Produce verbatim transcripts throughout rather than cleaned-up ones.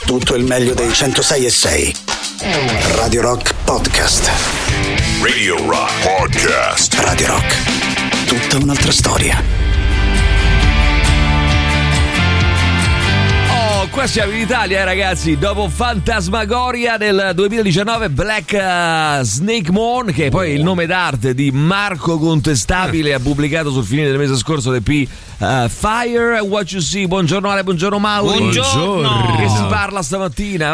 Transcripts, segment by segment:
tutto il meglio dei centosei e sei. Radio Rock Podcast. Radio Rock Podcast. Radio Rock, tutta un'altra storia. Qua siamo in Italia, eh, ragazzi. Dopo Fantasmagoria del duemiladiciannove, Black uh, Snake Moon, che è poi il nome d'arte di Marco Contestabile, ha pubblicato sul finire del mese scorso l'E P uh, Fire What You See. Buongiorno Ale, buongiorno Mauro. Buongiorno. Che si parla stamattina,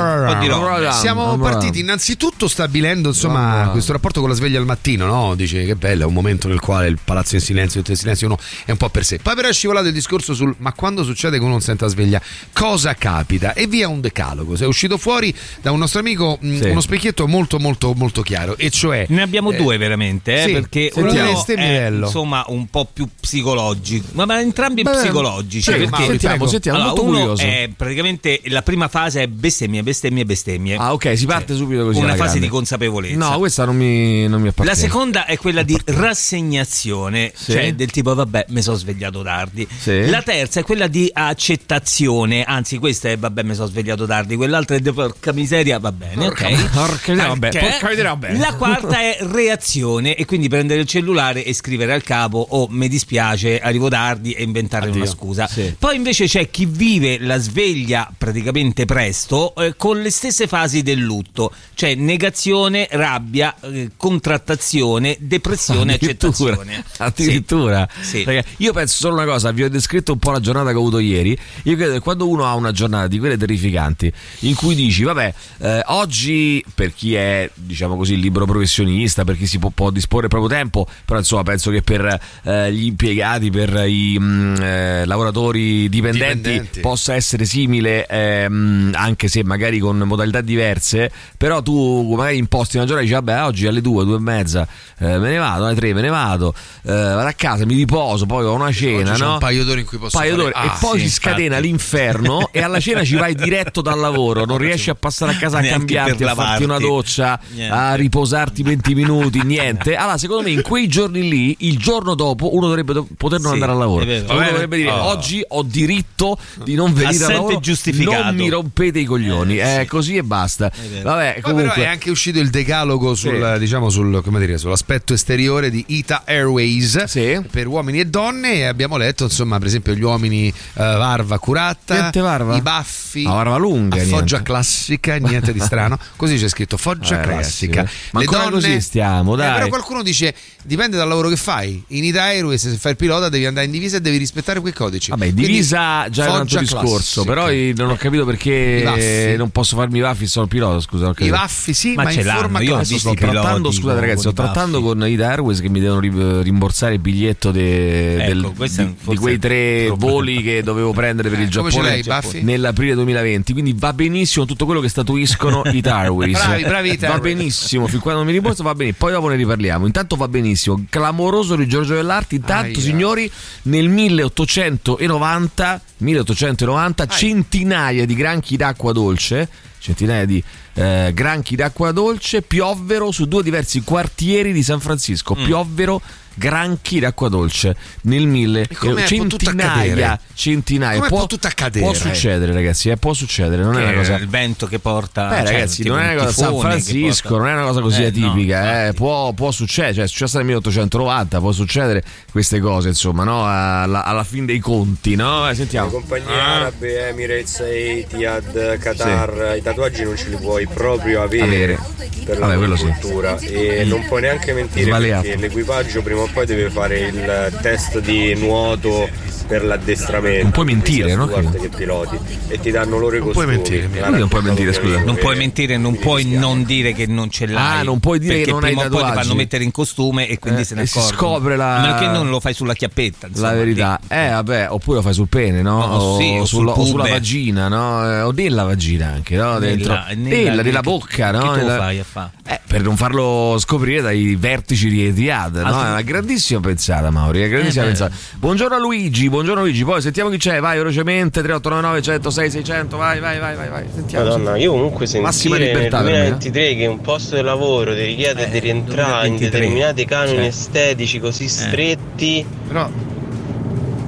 vai. Siamo partiti innanzitutto stabilendo insomma questo rapporto con la sveglia al mattino, no? Dice che bello, è un momento nel quale il palazzo in silenzio, tutto in silenzio, uno è un po' per sé. Poi però è scivolato il discorso sul ma quando succede che uno non senta sveglia, cosa capita? E via un decalogo. È uscito fuori da un nostro amico sì. uno specchietto molto molto molto chiaro, e cioè ne abbiamo eh, due veramente, eh, sì, perché uno è insomma un po' più psicologico, ma, ma entrambi Beh, sì, psicologici. Perché sentiamo, sentiamo, allora, molto uno curioso. È praticamente la prima fase è bestemmie, bestemmie, bestemmie. Ah, ok, si parte sì. subito così. Una fase grande. di consapevolezza. No, questa non mi, non mi appartiene. La seconda è quella di rassegnazione, sì. cioè del tipo vabbè, mi sono svegliato tardi. Sì. La terza è quella di accettazione, anzi questa è vabbè, mi sono svegliato tardi, quell'altra è di porca miseria, va bene, porca, ok. Porca, no, vabbè, porca miseria, va bene. La quarta è reazione, e quindi prendere il cellulare e scrivere al capo o oh, mi dispiace, arrivo tardi, e inventare Addio. una scusa. Sì. Poi invece c'è chi vive la sveglia praticamente presto eh, con le stesse fasi del lutto, cioè negazione, rabbia, eh, contrattazione, depressione, addirittura, accettazione. Addirittura. Sì. Perché io penso solo una cosa, vi ho descritto un po' la giornata che ho avuto ieri. Io credo che quando uno ha una giornata di quelle terrificanti in cui dici vabbè eh, oggi, per chi è diciamo così libero professionista, per chi si può, può disporre il proprio tempo, però insomma penso che per eh, gli impiegati, per i mh, eh, lavoratori dipendenti, dipendenti possa essere simile, ehm, anche se magari con modalità diverse, però tu magari imposti una giornata e dici vabbè oggi alle due, due e mezza eh, me ne vado, alle tre me ne vado, eh, vado a casa, mi riposo, poi ho una cena, oggi no? c'è un paio d'ore in cui posso paio fare... d'ore, ah, e poi sì, si scatena infatti. l'inferno e alla cena ci vai diretto dal lavoro, non riesci a passare a casa a cambiarti, a farti una doccia, niente. A riposarti venti minuti, niente. Allora secondo me in quei giorni lì, il giorno dopo uno dovrebbe do- poter non sì, andare al lavoro, uno dovrebbe dire oh. oggi ho diritto di non venire Assente al lavoro, giustificato. non mi rompete i coglioni, eh, eh, sì. così e basta. Vabbè, poi comunque però è anche uscito il decalogo sul sì. diciamo sul come dire sull'aspetto esteriore di Ita Airways sì. per uomini e donne, e abbiamo letto insomma per esempio gli uomini uh, varva curata, varva? i baffi a varva lunga, a foggia niente. classica, niente di strano, così c'è scritto foggia eh, classica ragazzi, ma le donne così stiamo dai. Eh, però qualcuno dice dipende dal lavoro che fai. In Ita Airways se fai il pilota devi andare in divisa e devi rispettare quei codici. Vabbè, divisa quindi, già è un altro discorso, però non ho capito perché non posso farmi i baffi, sono il pilota, scusa. I baffi sì, ma, ma in forma io classica. Sto trattando, scusate ragazzi, sto trattando con Ita Airways che mi devono rimborsare il biglietto de, ecco, del, di, di quei tre voli che dovevo prendere per il Giappone nell'aprile duemilaventi, quindi va benissimo tutto quello che statuiscono Ita Airways. bravi, bravi Ita va benissimo, fin quando mi rimborso va bene, poi dopo ne riparliamo. Intanto va benissimo, clamoroso di Giorgio Dell'Arti. Intanto ah, signori, nel milleottocentonovanta milleottocentonovanta ah, centinaia di granchi d'acqua dolce centinaia di eh, granchi d'acqua dolce piovvero su due diversi quartieri di San Francisco. Mm. Piovvero granchi d'acqua dolce nel mille eh, centinaia centinaia può, può, può tutto accadere, può succedere ragazzi, eh, può succedere, non che è una cosa, il vento che porta beh, cioè, ragazzi non è una cosa, San Francisco porta... non è una cosa così eh, atipica, no, eh, può, può succedere, cioè è successo nel milleottocentonovanta, può succedere queste cose insomma, no? alla, alla fin dei conti, no? Eh, sentiamo. Le compagnie ah. arabe, Emirates, Etihad, Qatar, sì. I tatuaggi non ce li puoi proprio avere, avere. per Vabbè, la cultura sì. e non puoi neanche mentire Sbagliato. Perché l'equipaggio prima o poi deve fare il test di nuoto per l'addestramento. Non puoi mentire, no? Che piloti e ti danno loro i costumi. Non puoi mentire, non puoi mentire, scusa. Non puoi mentire, non puoi non dire che non ce l'hai. Ah, non puoi dire che non hai tatuaggi. Poi ti fanno mettere in costume e quindi eh, se ne e accorgono. si scopre la... A meno che non lo fai sulla chiappetta, insomma, la verità. lì. Eh vabbè, oppure lo fai sul pene, no? no o, sì, o, sulla, sul o sulla vagina, no? O della vagina anche, no? Dentro. Nella, nella, nella, nella bocca, no? Che tu nella... fai a fa? Eh, per non farlo scoprire dai vertici di Etihad, no? È una grandissima pensata, Mauri, una grandissima eh, pensata. Buongiorno a Luigi, buongiorno Luigi, poi sentiamo chi c'è, vai velocemente, tre otto nove nove uno zero sei sei zero zero, vai vai vai vai vai. Sentiamo. Madonna, io comunque sentire nel duemilaventitré me, che un posto di lavoro ti richiede eh, di rientrare in determinati canoni eh. estetici così stretti, però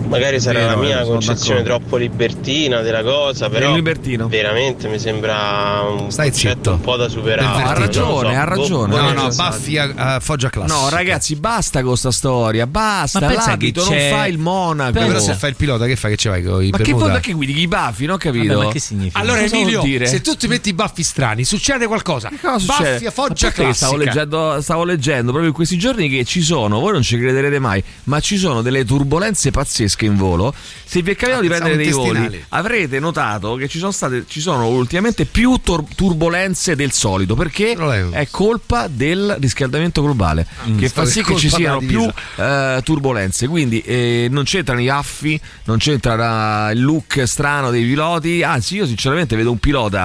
Magari sarà Vero, la mia sono concezione d'accordo. troppo libertina della cosa, però libertino. veramente mi sembra un Stai concetto zitto. un po' da superare. No, ha ragione, ha ragione. No, Boh, no, boh, Buffy a, a Foggia classica. No, ragazzi, basta con sta storia, basta. Ma pensa L'abito che non c'è- fa il monaco. Però Pensa- se fai il pilota, che fai? Che ci vai con i Ma che Bermuda? vuol che guidi i baffi? Non ho capito. Vabbè, ma che significa? Allora Cosa Emilio, vuol dire? se tu ti metti i baffi strani, succede qualcosa. Cosa succede? Buffy a Foggia A parte che stavo classica. leggendo, stavo leggendo proprio in questi giorni che ci sono, voi non ci crederete mai, ma ci sono delle turbolenze pazzesche in volo. Se vi è capitato Ah, di prendere dei pensavo voli, intestinali. avrete notato che ci sono state, ci sono ultimamente più tor- turbolenze del solito, perché Non è- è colpa del riscaldamento globale, che fa sì che ci colpa siano della più divisa. eh, turbolenze. Quindi eh, non c'entrano i affi, non c'entra il look strano dei piloti. Anzi, io sinceramente vedo un pilota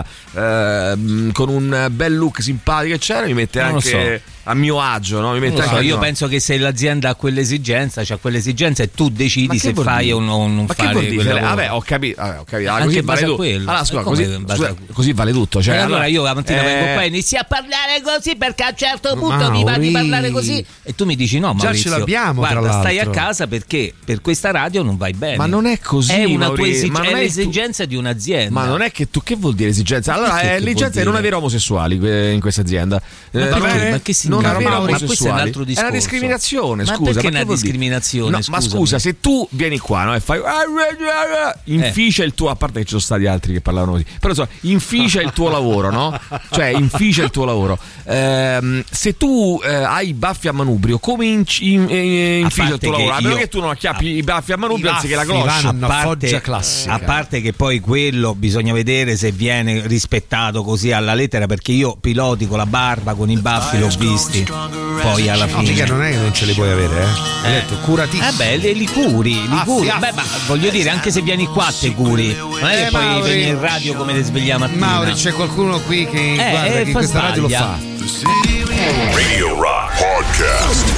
eh, con un bel look simpatico, eccetera, mi mette Non lo anche a mio agio, no? Mi mette Non lo anche so, a io mio- penso che se l'azienda ha quell'esigenza, c'ha quell'esigenza e tu Ma decidi che se vuol fai dire? o non, non Ma che fare vuol dire? quel lavoro. Vabbè, ho capito, vabbè, ho capito. Ah, Anche così in base vale a tutto. quello. Allora, scusa, E come così, in base scusa, a- così vale tutto. Cioè, E allora io la mattina eh, vengo qua e inizi a parlare così perché a un certo punto mi va di Mauri. parlare così e tu mi dici no Già Maurizio, ce l'abbiamo, tra guarda stai a l'altro. casa perché per questa radio non vai bene. Ma non è così, è una Mauri, tua esig- ma non è è l'esigenza di un'azienda. Ma non è che tu, che vuol dire esigenza? Allora, Che- è che l'esigenza vuol di non dire? avere omosessuali eh, in questa azienda. Ma Eh, perché? va bene? Ma che significa? Non avere Mauri, ma questo è un omosessuali. altro È discorso. una discriminazione, Ma scusa. perché che una vuol dire? discriminazione, No, ma scusami? scusa, se tu vieni qua no, e fai inficia il tuo, a parte che ci sono stati altri che parlavano così, però insomma, inficia il tuo lavoro, no? Cioè, inficia il tuo lavoro. Ehm, se tu eh, hai i baffi a manubrio, come inc- in- eh, inficia il parte tuo lavoro? che A meno io- che tu non acchiappi i baffi a manubrio I anziché la baffi cloche. vanno a Foggia classica. a parte che poi quello bisogna vedere se viene rispettato così alla lettera, perché io piloti con la barba, con i baffi l'ho visti, poi alla No, fine mica non è che non ce li puoi avere, eh. Hai detto curatissimo. eh beh, li, li curi, li Affi, curi. affi. Beh, ma voglio dire, anche se vieni qua te curi. Non è che Eh, poi Mauri. vieni in radio come le sveglia mattina. Mauri, c'è qualcuno qui che Eh, guarda eh, che fa questa radio lo sbaglia. fa. Radio Rock Podcast.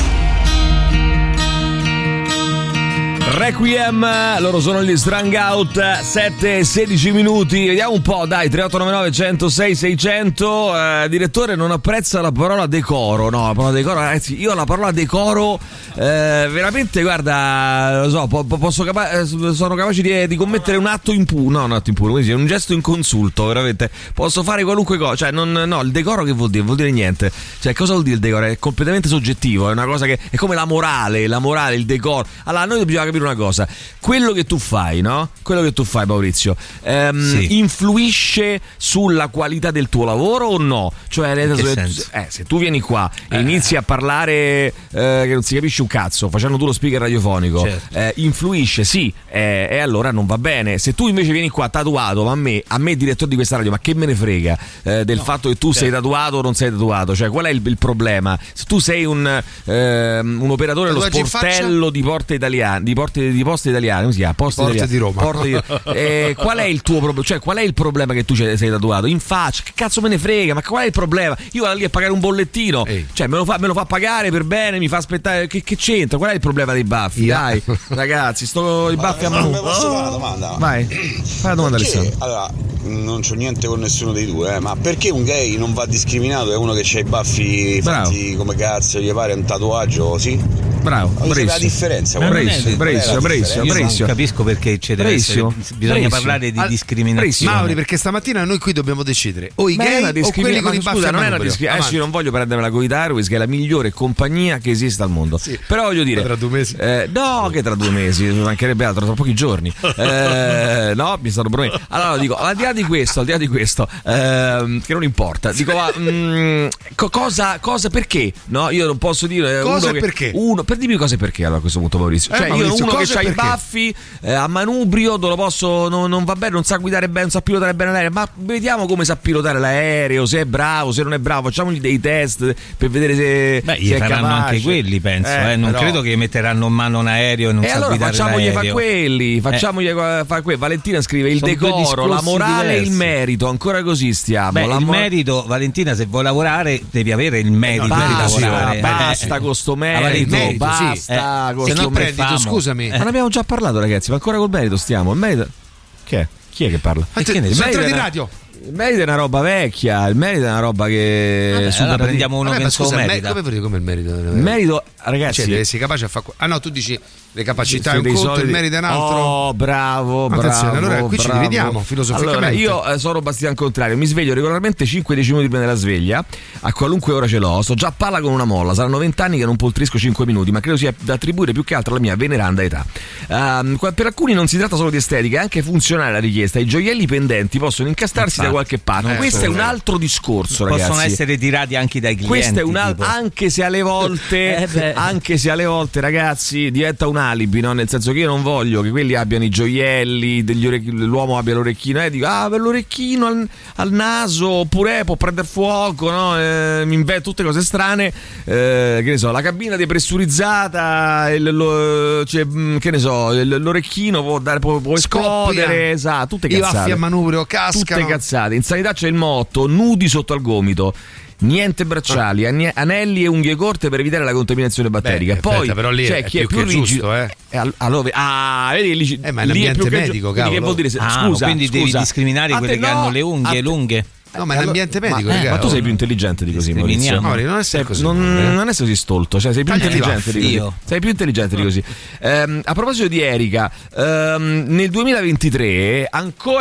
Requiem, loro sono gli Strung Out, sette e sedici minuti, vediamo un po', dai, tre otto nove nove uno zero sei sei zero zero, eh, direttore non apprezza la parola decoro, no, la parola decoro, ragazzi, io la parola decoro, eh, veramente, guarda, lo so, po- po- posso capa- eh, sono capace di, di commettere un atto impuro, no, un atto impuro, come si dice, un gesto inconsulto, veramente, posso fare qualunque cosa, cioè, non, no, il decoro che vuol dire? Vuol dire niente, cioè, cosa vuol dire il decoro? È completamente soggettivo, è una cosa che, è come la morale, la morale, il decoro, allora, noi dobbiamo capire una cosa, quello che tu fai, no? Quello che tu fai, Maurizio, ehm, Sì. influisce sulla qualità del tuo lavoro o no? Cioè, nel In che senso, senso? eh, se tu vieni qua e inizi a parlare eh, che non si capisce un cazzo, facendo tu lo speaker radiofonico, Certo. eh, influisce, sì, eh, e allora non va bene. Se tu invece vieni qua tatuato, ma a me, a me direttore di questa radio, ma che me ne frega eh, del fatto che tu sei tatuato o non sei tatuato? Cioè, qual è il, il problema? Se tu sei un, ehm, un operatore dello Tatuaggi in sportello di Porte Italiane, di Porte di Poste Italiane, come si chiama? Poste Porte Italiane. di Roma. Porte di- eh, qual è il tuo problema? Cioè, qual è il problema che tu sei sei tatuato? In faccia, che cazzo me ne frega? Ma qual è il problema? Io vado lì a pagare un bollettino, Ehi. cioè me lo, fa, me lo fa pagare per bene, mi fa aspettare. Che, che c'entra? Qual è il problema dei baffi? Yeah. Dai, ragazzi, sto i baffi a mano. Posso fare una domanda? Vai, fai la domanda, Perché, Alessandro. allora, non c'ho niente con nessuno dei due, eh, ma perché un gay non va discriminato? È uno che c'ha i baffi Bravo. fatti come cazzo, gli pare un tatuaggio, sì? Bravo, Ma bravissimo. la differenza, Ma non è- Bravissimo, qual è la bravissimo, bravissimo, differenza? Io non bravissimo. capisco perché ci deve essere, Bravissimo, bisogna bravissimo. parlare di Al- discriminazione. Mauri, perché stamattina noi qui dobbiamo decidere o i Ma è gay una o quelli discriminazione. con i Ma baffi scusa, a non è una manubrio. discriminazione. Adesso io non voglio prendermela con i Airways, che è la migliore compagnia che esista al mondo. Sì. Però voglio dire. Tra due mesi. eh, no, che tra due mesi, mancherebbe altro, tra pochi giorni. Eh, no, mi stanno promettendo. Allora dico, al di là di questo, al di là di questo, ehm, che non importa. Dico, ma, mm, co- cosa, cosa, perché? No, io non posso dire. eh, Cosa uno e che- perché? Uno, per dirmi cosa e perché allora a questo punto, Maurizio. Eh, Cioè, Maurizio, io uno cosa che e ha i perché? baffi eh, a manubrio, non lo posso, non, non va bene, non sa guidare bene, non sa pilotare bene l'aereo. Ma vediamo come sa pilotare l'aereo, se è bravo, se non è bravo, facciamogli dei test per vedere se, Beh, se gli è faranno capace. anche quelli, penso. Eh, eh, Non però- credo che metteranno in mano un aereo e non E sa allora guidare facciamogli fa l'aereo. quelli, facciamogli fa quelli. Valentina scrive il Sono due decoro, la discorsi morale e il diversi. merito. Ancora così stiamo. Beh, la il mor- merito, Valentina, se vuoi lavorare devi avere il merito di Basta, lavorare. basta Eh, con sto eh, merito, merito, basta sì. con Se sto no merito. Prendi tu, famo. scusami. Ma ne abbiamo già parlato, ragazzi, ma ancora col merito stiamo. Il merito. Che è? Chi è che parla? Ma te- che ne sei so? entrato in era- radio. Il merito è una roba vecchia, il merito è una roba che Vabbè, supera allora prendiamo uno Vabbè, che ma non se lo scusa, merita. come vuoi dire come il merito? Il merito, ragazzi, Cioè, deve essere capace a fare. Ah no, tu dici le capacità è un dei conto, soliti- il merito è un altro. Oh, bravo, Attenzione, bravo. allora qui ci bravo. dividiamo filosoficamente. Allora, io eh, sono Bastian Contrario, mi sveglio regolarmente cinque dieci minuti prima della sveglia, a qualunque ora ce l'ho, sto già a palla con una molla, saranno vent'anni che non poltrisco cinque minuti, ma credo sia da attribuire più che altro alla mia veneranda età. Um, per alcuni non si tratta solo di estetica, è anche funzionale la richiesta. I gioielli pendenti possono incastrarsi Infatti, da qualche parte. eh, Questo è un vero. altro discorso, ragazzi. Possono essere tirati anche dai clienti. Questo è un al- tipo. anche se alle volte Eh beh. anche se alle volte, ragazzi, diventa un alibi, no? Nel senso che io non voglio che quelli abbiano i gioielli, degli orecchi- l'uomo abbia l'orecchino, e eh, dico "Ah, per l'orecchino al, al naso", oppure eh, può prendere fuoco, no? Eh, mi invento tutte cose strane, eh, che ne so, la cabina depressurizzata, il, lo, cioè, mh, che ne so, il- l'orecchino può dare può, può Scoppia. esplodere, esatto, tutte I cazzate. baffi a manubrio cascano. Tutte cazzate. In sanità c'è il motto nudi sotto al gomito. Niente bracciali, anie- anelli e unghie corte per evitare la contaminazione batterica. Beh, Poi aspetta, però lì c'è è chi è più più che rigido. giusto, eh. Eh, all- allora, ah, vedi, lì, Eh, ma è lì l'ambiente più che giu- medico, quindi che cavolo. vuol dire? Se- Ah, scusa, quindi devi scusa. discriminare A quelle te che no, hanno le unghie a te- lunghe. No, ma è l'ambiente medico, ma, eh, raga. ma tu sei oh. più intelligente di così, Maurizio. Discriminiamo. Mauri, non essere così. Non, eh. non essere così stolto, cioè sei più Tagliati intelligente baffi. di così. Io. Sei più intelligente di così. Ehm, a proposito di Erika, ehm, nel duemilaventitré, ancora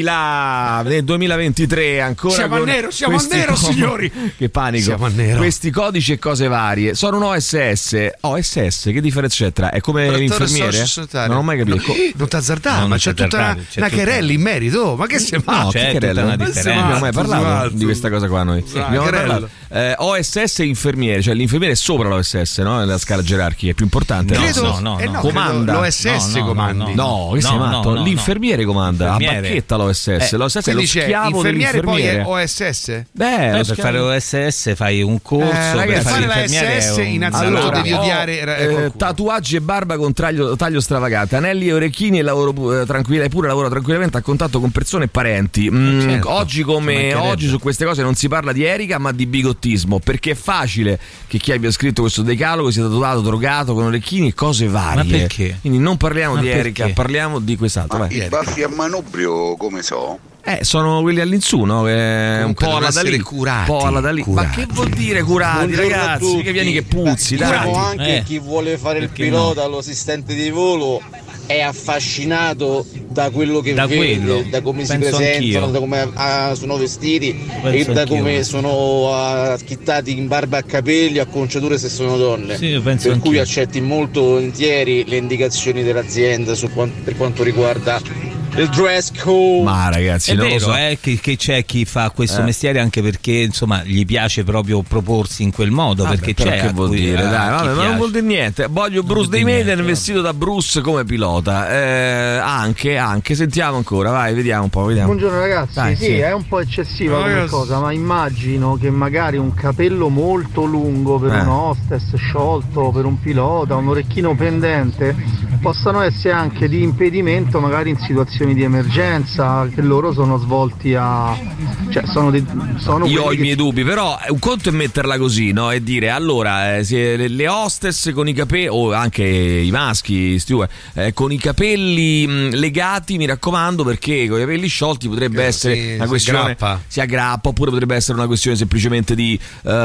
là, nel duemilaventitré, ancora Siamo a con nero, siamo a questi nero, co- signori. Che panico. Siamo a nero. Questi codici e cose varie sono un O S S. O S S, che differenza c'è tra? È come Operatore l'infermiere? sociosanitario. Non ho mai capito. Co- Non t'azzardare, No, ma non c'è tutta t'azzardare, una, c'è una tutta- querella in merito. oh, Ma che sei No, matto? che c'è querella? tutta una Non differenza. abbiamo mai parlato Smalto. di questa cosa qua noi. Ah, Abbiamo querella. parlato. Eh, O S S e infermiere, cioè l'infermiere è sopra l'O S S, no? Nella scala gerarchica, è più importante. No, no? Credo, no, no, eh no. Comanda. L'O S S No, no, comandi. No, che No, sei no, matto? no, no. L'infermiere comanda, a Infermiere. bacchetta l'O S S. Eh, L'O S S è lo Quindi c'è schiavo infermiere, poi è dell'infermiere. O S S? Beh, Eh, lo per schiavo- fare O S S fai un corso, Eh, per ragazzi, fare fare la l'infermiere S S è un- innanzitutto Allora, devi ho, odiare eh, qualcuno. tatuaggi e barba con taglio, taglio stravagante, anelli e orecchini e lavoro eh, tranquilla, eppure lavoro tranquillamente a contatto con persone e parenti. Mm, certo, oggi ci come mancherebbe. oggi su queste cose non si parla di Erika ma di bigottismo, perché è facile che chi abbia scritto questo decalogo sia tatuato, drogato con orecchini e cose varie. Ma perché? Quindi non parliamo Ma di perché? Erika, parliamo di quest'altro. Ma vai. i baffi a manubrio come so? Eh, sono quelli all'insù, no? Che un Comunque po' alla devono Dalì. essere curati, Un po' alla Dalì. Ma curati. che vuol dire curati, Buongiorno a ragazzi? tutti. Mica vieni che puzzi, dai. Diciamo anche Eh. chi vuole fare il Perché pilota, l'assistente di volo è affascinato da quello che Da vede, quello. da come si Penso presentano, anch'io. da come ah, sono vestiti Penso e da anch'io. come sono ah, schittati in barba a capelli, a conciature se sono donne. Sì, io penso per cui anch'io. accetti molto volentieri le indicazioni dell'azienda su quan- per quanto riguarda il dress code. Ma ragazzi, È non vero, lo so. eh, che, che c'è chi fa questo Eh. mestiere anche perché insomma gli piace proprio proporsi in quel modo. Vabbè, perché però c'è che a vuol cui- dire? a Dai, chi vabbè, ma non piace. vuol dire niente. Voglio Bruce vuol dei dire Maiden niente, vestito da Bruce come pilota. Eh, anche, anche, sentiamo ancora, vai, vediamo un po', vediamo. Buongiorno ragazzi, Dai, sì, sì. è un po' eccessiva come Ragazzi. cosa, ma immagino che magari un capello molto lungo per Eh. un hostess sciolto, per un pilota, un orecchino pendente, possano essere anche di impedimento magari in situazioni di emergenza, che loro sono svolti a... cioè sono, dei, sono Io quelli ho i che- miei dubbi, però un conto è metterla così, no? E dire allora eh, se le- le hostess con i capelli, o anche i maschi, steward, eh, con i capelli mh, legati, mi raccomando, perché con i capelli sciolti potrebbe Eh, essere si- una si questione. aggrappa. Si aggrappa, oppure potrebbe essere una questione semplicemente di.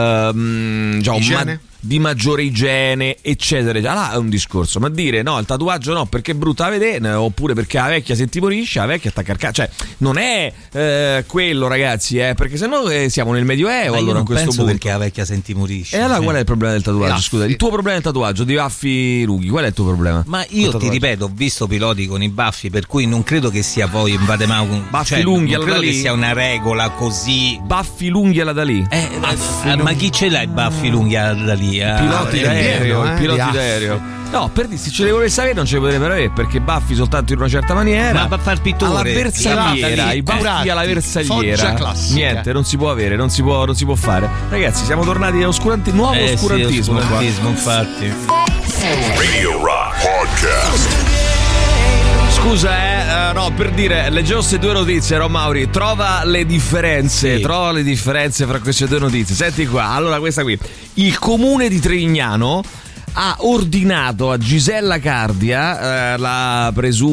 ehm, diciamo, Igiene? di maggiore igiene, eccetera. Già là è un discorso, ma dire no, il tatuaggio no, perché è brutta da vedere, oppure perché la vecchia se ti morisce, la vecchia attacca il cazzo. Cioè, non è eh, quello, ragazzi, eh, perché sennò eh, siamo nel Medioevo. Ma io allora non a questo penso punto. perché la vecchia senti morisce. E allora sì. qual è il problema del tatuaggio? Baffi. Scusa, il tuo problema del tatuaggio, di baffi rughi, qual è il tuo problema? Ma Col io ti tatuaggio. ripeto, ho visto piloti con i baffi, per cui non credo che sia poi un vademecum. Baffi cioè, lunghi non alla credo che Dalì? sia una regola così. Baffi lunghi alla Dalì. Eh, eh, ma chi ce l'ha i baffi lunghi da lì? Ah, Piloti è d'aereo, pieno, i eh, piloti di d'aereo. No, per dire, se ce le volesse avere non ce le potrebbero avere, perché baffi soltanto in una certa maniera. Ma va a far pittore. alla bersagliera, Sì, i baffi curati, alla foggia bersagliera. classica. Niente, non si può avere, non si può, non si può fare. Ragazzi, siamo tornati a oscuranti, nuovo Eh, sì, oscurantismo qua. oscurantismo, infatti. Radio Rock Podcast. Scusa, eh, eh, no, per dire, leggevo queste due notizie, no, Mauri, trova le differenze, Sì. trova le differenze fra queste due notizie. Senti qua, allora questa qui. Il comune di Trevignano ha ordinato a Gisella Cardia, eh, la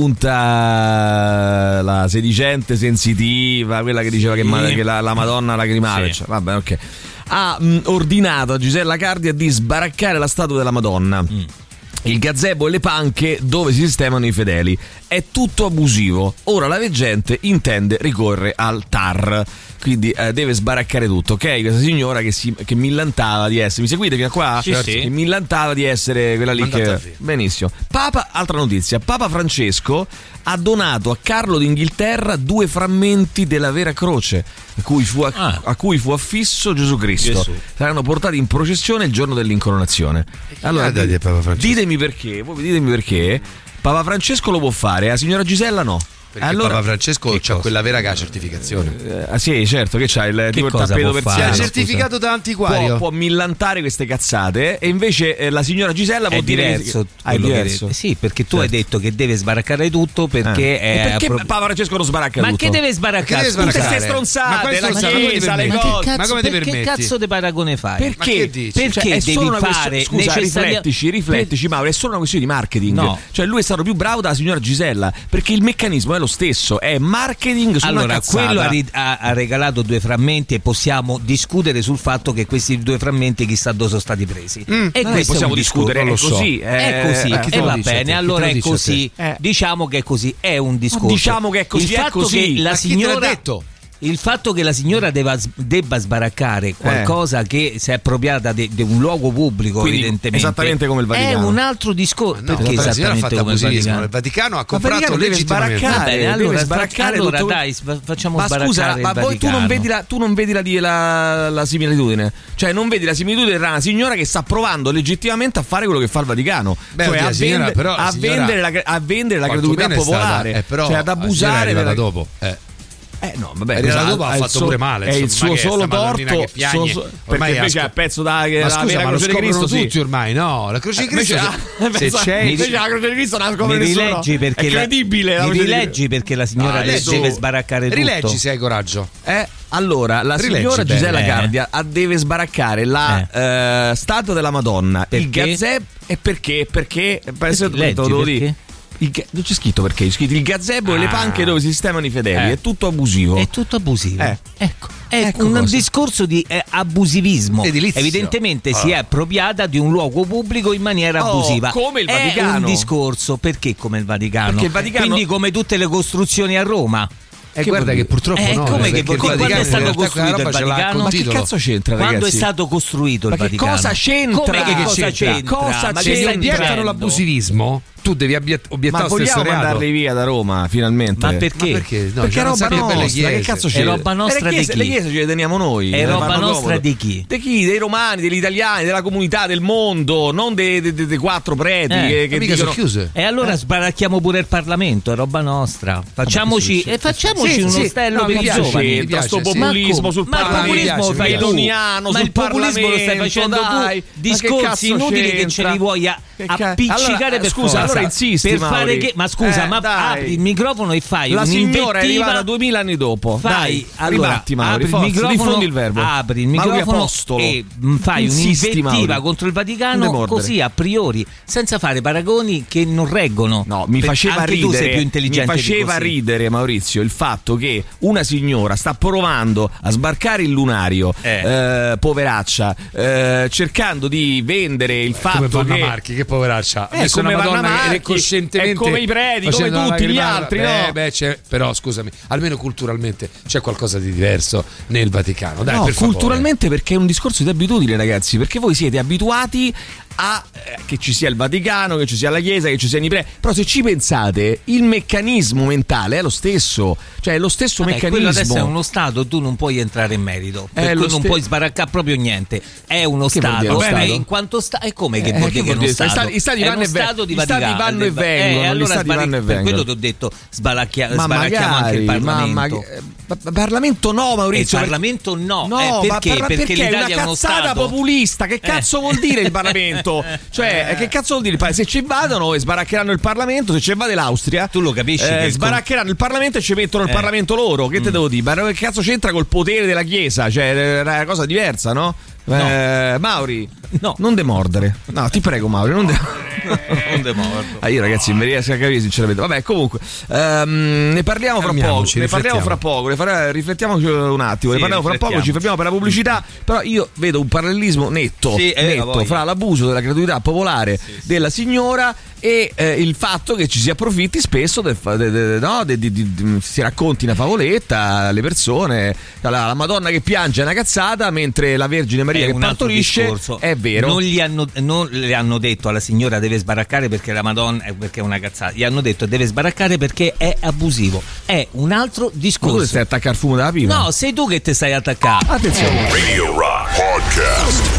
presunta, la sedicente sensitiva, quella che diceva che, ma, che la, la Madonna lacrimale, sì. Cioè, vabbè, ok. Ha mh, ordinato a Gisella Cardia di sbaraccare la statua della Madonna. Mm. Il gazebo e le panche dove si sistemano i fedeli. È tutto abusivo. Ora la veggente intende ricorrere al T A R. Quindi eh, deve sbaraccare tutto, ok? Questa signora che, si, che millantava di essere. Mi seguite fino a qua? Sì, sì. Che millantava di essere quella lì. Mandata Che... Benissimo. Papa, altra notizia. Papa Francesco ha donato a Carlo d'Inghilterra due frammenti della vera croce a cui fu, a, ah. a cui fu affisso Gesù Cristo. Gesù. Saranno portati in processione il giorno dell'incoronazione. Allora, di Papa Francesco? Ditemi perché, voi ditemi perché. Papa Francesco lo può fare, la signora Gisella no. Perché allora, Papa Francesco c'ha quella vera che ha certificazione. Eh, ah sì, certo, che c'ha il, tipo il tappeto persiano. Il certificato da antiquario. Può, può millantare queste cazzate e invece eh, la signora Gisella può è dire diverso. Che... Ah, è diverso. Sì, perché tu certo. hai detto che deve sbaraccare tutto perché eh. è perché pro... Papa Francesco non sbaracca ma tutto? Ma che deve sbaraccare? Tutte queste stronzate, la chiesa, le cose. Ma come ti permetti? Che cazzo di paragone fai? Perché? Perché cioè, devi fare scusa, riflettici, riflettici, Mauro, è solo una questione di marketing. No. Cioè lui è stato più bravo della signora Gisella, perché il meccanismo è lo stesso, è marketing su allora, una cazzata. Quello ha, ri- ha, ha regalato due frammenti e possiamo discutere sul fatto che questi due frammenti chissà dove sono stati presi. Mm, e questo possiamo discutere, è so. così. Eh, è così, eh, e va bene, allora è così. Eh. Diciamo che è così, è un discorso. Diciamo che è così, il fatto è così. Che la ma signora chi te l'ha detto? Il fatto che la signora debba, debba sbaraccare qualcosa eh. che si è appropriata di un luogo pubblico, quindi, evidentemente esattamente come il Vaticano, è un altro discorso. No, perché la esattamente come il Vaticano? Il Vaticano ha comprato deve sbaraccare, bene, allora, deve sbaraccare allora tutto... dai, facciamo ma sbaraccare scusa, il ma poi tu non vedi la, tu non vedi la, la, la similitudine, cioè non vedi la similitudine tra una signora che sta provando legittimamente a fare quello che fa il Vaticano. Beh, cioè a, signora, vende, però, a, signora, vendere la, a vendere la credulità popolare, stata, eh, però, cioè ad abusare della... dopo eh. Eh no, vabbè, la dopo ha fatto suo, pure male. È il suo solo torto. Che piagne, so, so, perché invece è il pezzo da ma la scusa, vera ma croce di Cristo. Tutti sì. ormai, no? La croce di Cristo. Se c'è, invece la croce di Cristo non la scopre nessuno. È credibile. Mi rileggi perché la signora deve sbaraccare tutto. Rileggi se hai coraggio. Eh? Allora, la Rileggi signora bene. Gisella Eh. Cardia deve sbaraccare la Eh. uh, statua della Madonna. Perché? Il gazebo. E perché? Perché? Perché? Leggi, te lo perché? dico. Il, non c'è scritto perché, c'è scritto il gazebo ah. e le panche dove si sistemano i fedeli. Eh. È tutto abusivo. È tutto abusivo. Eh. Ecco, è Ecco un cosa. discorso di eh, abusivismo. Edilizio. Evidentemente Ah. si è appropriata di un luogo pubblico in maniera Oh, abusiva. come il È Vaticano. un discorso, perché come il Vaticano? Perché il Vaticano- Quindi come tutte le costruzioni a Roma. E eh, guarda che purtroppo Eh, no. come che- perché il quando Vaticano è stato in realtà costruito quella roba il ce l'ha Vaticano? con Ma che titolo. cazzo c'entra, Quando ragazzi? è stato costruito il Ma che Vaticano? cosa c'entra? Come che Che cosa c'entra? c'entra? Cosa Ma c'entra? che Se stai obiettano dicendo? l'abusivismo, tu devi abbiet- obiettare Ma lo stesso vogliamo reato. mandarli via da Roma finalmente? Ma perché? Ma perché? No, Perché è c'erano un roba sacco di belle nostra, che chiese. cazzo È c'è? roba nostra le chiese, di chi? Le chiese ce le teniamo noi. È eh, roba fanno nostra comodo. di chi? Di chi? Dei romani, degli italiani, della comunità, del mondo, non dei, dei, dei, dei quattro preti Eh, che, che mica dicono... sono chiuse. E allora sbaracchiamo pure il Parlamento, è roba nostra. Facciamoci, e facciamoci Sì, uno sì. stello No, per mi i piace, giovani. mi piace, sto sì. populismo Ma sul ma il Parlamento, populismo mi fai piace. tu. Meloniano Ma sul il populismo lo stai Parlamento, facendo dai. tu. Ma che Discorsi cazzo inutili che ce c'entra? li vuoi a- Che ca- appiccicare allora, per scusa, forza. allora insisti, per Mauri. fare che ma scusa, Eh, ma dai. apri il microfono e fai La signora è un'invettiva. arrivata duemila anni dopo. Fai Dai, allora ribatti, Mauri, apri il forza, microfono, diffondi il verbo. apri il Mauri microfono Apostolo. e mh, fai Insisti, un'invettiva Mauri. contro il Non Vaticano mordere. così a priori, senza fare paragoni che non reggono. No, mi Per- faceva anche ridere. tu sei più mi intelligente di faceva così. ridere, Maurizio, il fatto che una signora sta provando a sbarcare il lunario, Eh. eh, poveraccia, eh, cercando di vendere il Come fatto Vanna che Marchi, che poveraccia. Ha Eh, messo come una Madonna Vanna che Marchi, è coscientemente è come i preti, come facendo la tutti gli lagrimata. altri, Beh, no? beh, c'è- però scusami, almeno culturalmente c'è qualcosa di diverso nel Vaticano. Dai, no, per favore. culturalmente perché è un discorso di abitudine, ragazzi, perché voi siete abituati a eh, che ci sia il Vaticano, che ci sia la Chiesa, che ci siano i preti, però se ci pensate il meccanismo mentale è lo stesso, cioè è lo stesso Vabbè, quello meccanismo. adesso è uno Stato, tu non puoi entrare in merito, È per lo cui non ste- puoi sbaraccare proprio niente. È uno Che vuol Stato, dire uno eh, Stato? in quanto sta e come che Eh, vuol che dire che è vuol uno dire? Stato? Gli stati- gli stati È vanno uno e ve- Stato di gli stati Vaticano. vanno e Eh, vengono, gli allora stati sbaracchi- vanno e per quello vengono. ti ho detto sbalacchia- Ma sbaracchiamo anche il magari, ma- Parlamento. ma- eh, Parlamento no, Maurizio. E il Parlamento no, No, eh, ma perché? parla- Perché è l'Italia una è uno cazzata Stato populista. Che cazzo Eh. vuol dire il Parlamento? Cioè, eh, che cazzo vuol dire? Se ci invadono e sbaraccheranno il Parlamento, se ci invade l'Austria, Tu lo capisci che eh, il sbaraccheranno il Parlamento e ci mettono il Eh. Parlamento loro. Che te devo dire? Ma che cazzo c'entra col potere della Chiesa? Cioè, è una cosa diversa, no? No. Eh, Mauri, no, non demordere. No, ti prego, Mauri, non demordere. Non demordo. Ah, io ragazzi non mi riesco a capire sinceramente. Vabbè, comunque um, ne parliamo fra poco. Ne parliamo fra poco. Ne farà, riflettiamo un attimo. Sì, ne parliamo fra poco. Ci fermiamo per la pubblicità. Però io vedo un parallelismo netto, sì, netto eh, fra l'abuso della gratuità popolare sì, sì. della signora e eh, il fatto che ci si approfitti spesso del, de, de, no, de, de, de, de, si racconti una favoletta alle persone, la, la Madonna che piange è una cazzata, mentre la Vergine Maria è che partorisce è vero. Non, gli hanno, non le hanno detto alla signora deve sbaraccare perché la Madonna è, perché è una cazzata, gli hanno detto deve sbaraccare perché è abusivo, è un altro discorso. Ma tu stai attaccare il fumo della pipa? No, sei tu che ti stai attaccando. Attenzione. Radio Rock Podcast.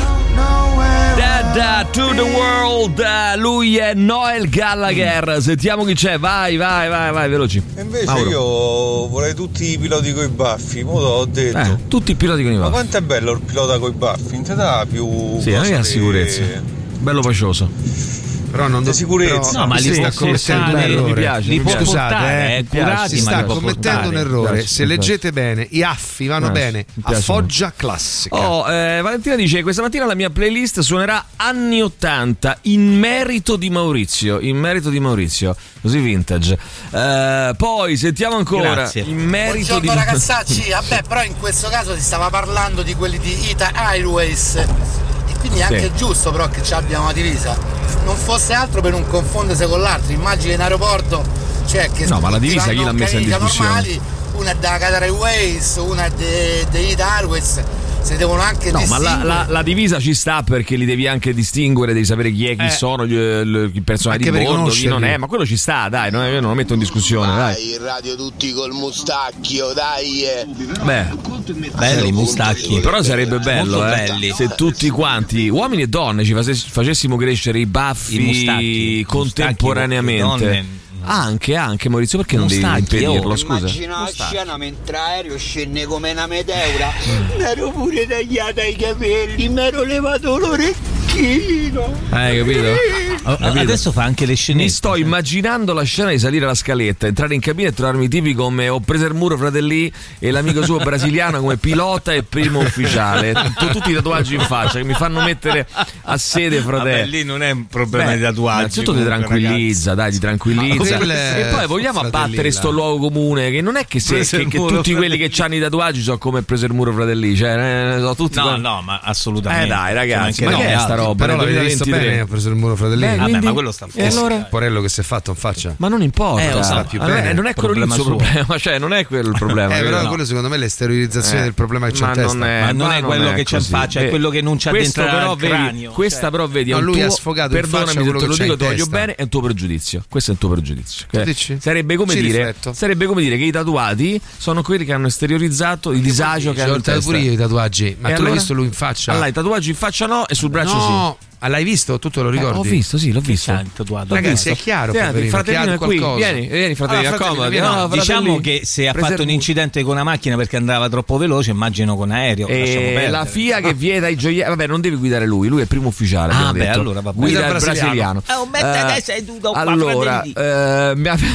Da to the world, lui è Noel Gallagher. Sentiamo chi c'è, vai, vai, vai, vai, veloci. E invece Mauro. Io vorrei tutti i piloti coi baffi, mo l'ho detto. Eh, tutti i piloti con i baffi. Ma quanto è bello il pilota coi baffi, non ti dà più. Sì, non è sicurezza. Bello pacioso. Però non di sicurezza. Però, no, ma li sta commettendo un errore. Mi piace, li mi può piace. Portare, eh, curati, si sta ma commettendo un errore. Piace, Se leggete bene, i affi vanno piace, bene a Foggia classica. Oh, eh, Valentina dice: questa mattina la mia playlist suonerà anni ottanta in merito di Maurizio. In merito di Maurizio, così vintage. Eh, poi sentiamo ancora. Grazie. In merito Buongiorno di ragazzacci. Vabbè, però in questo caso si stava parlando di quelli di Ita Airways. Quindi è anche sì. giusto però che ci abbiamo una divisa, non fosse altro per non confondersi con l'altro. Immagini in aeroporto, cioè che no, ma la divisa chi l'ha messa in discussione? Normali, una è da Qatar Airways, una è di Ita Airways, si devono anche no, ma la, distinguere. la, la divisa ci sta perché li devi anche distinguere, devi sapere chi è, chi Eh. sono gli, gli, i personaggi di bordo, chi non è, ma quello ci sta, dai, non, io non lo metto in discussione, dai. dai. In radio tutti col mustacchio, dai. Eh. Beh, belli i mustacchi. però sarebbe bello, molto eh, belli. se tutti quanti, uomini e donne, ci face- facessimo crescere i baffi I mustacchi, contemporaneamente. mustacchi, donne. Anche, anche Maurizio, perché non devi Mustacchi, impedirlo, oh. scusa? Immagina la scena mentre aereo scende come una meteora. Mi ero pure tagliata i capelli, mi ero levato l'orecchino. Hai capito? Capito? Adesso fa anche le scenette. Mi sto immaginando la scena di salire la scaletta, entrare in cabina e trovarmi tipi come Ho preso il muro fratelli e l'amico suo brasiliano come pilota e primo ufficiale. T- tutti i tatuaggi in faccia che mi fanno mettere a sede, fratello. Vabbè, lì non è un problema Beh, di tatuaggi. Innanzitutto ti tranquillizza, dai, ti tranquillizza. Quel, e poi vogliamo abbattere sto luogo comune che non è che, se, che, che tutti quelli che hanno i tatuaggi sono come preso il muro fratelli, cioè, eh, sono tutti No, qua... no, ma assolutamente. Eh dai ragazzi, Cioè, ma no, che è sta roba? Però Nel l'avete visto duemilaventitré. bene, ha preso il muro fratelli. Beh, Vabbè, quindi- ma quello sta E allora? Il porello che si è fatto in faccia. Ma non importa, Eh, lo so, più allora, bene. non è quello lì il Problema suo suo. problema, cioè non è quello il problema. Eh, però no. quello secondo me è l'esteriorizzazione Eh, del problema che c'è ma in testa. non è, Ma non è quello che c'è in così. faccia, è quello che non c'ha Questo dentro però al vedi, cranio. Questa Cioè. però vedi, è No, un lui tuo, ha sfogato in perdonami faccia se quello te lo che c'ha dico, in ti voglio testa. bene, è un tuo pregiudizio. Questo è un tuo pregiudizio. Tu Eh, dici? Sarebbe come Ci dire rifletto. sarebbe come dire che i tatuati sono quelli che hanno esteriorizzato il disagio che Ci hanno ho in testa. pure io i tatuaggi. Ma E tu allora? l'hai visto lui in faccia? Allora, i tatuaggi in faccia no e sul braccio No, ah, l'hai visto? Tu te lo sì. Eh, ricordi? ho visto, sì, l'ho visto. c'ha il tatuato? L'ho Ragazzi, visto. è chiaro, Senti, Fratellino, fratellino che ha è qui. qualcosa. Vieni, vieni, fratello, Allora, accomodati. fratellino, No, vieni. Diciamo fratelli, che se ha preservo- fatto un incidente con una macchina perché andava troppo veloce, immagino con aereo. lasciamo E perdere. la F I A che vieta i gioielli. Vabbè, non devi guidare lui, lui è primo ufficiale. Ah, abbiamo beh, detto. allora va bene. Guida Guida il il brasiliano. Eh, oh, mette te seduto qua, allora, fratelli. eh, mi ha-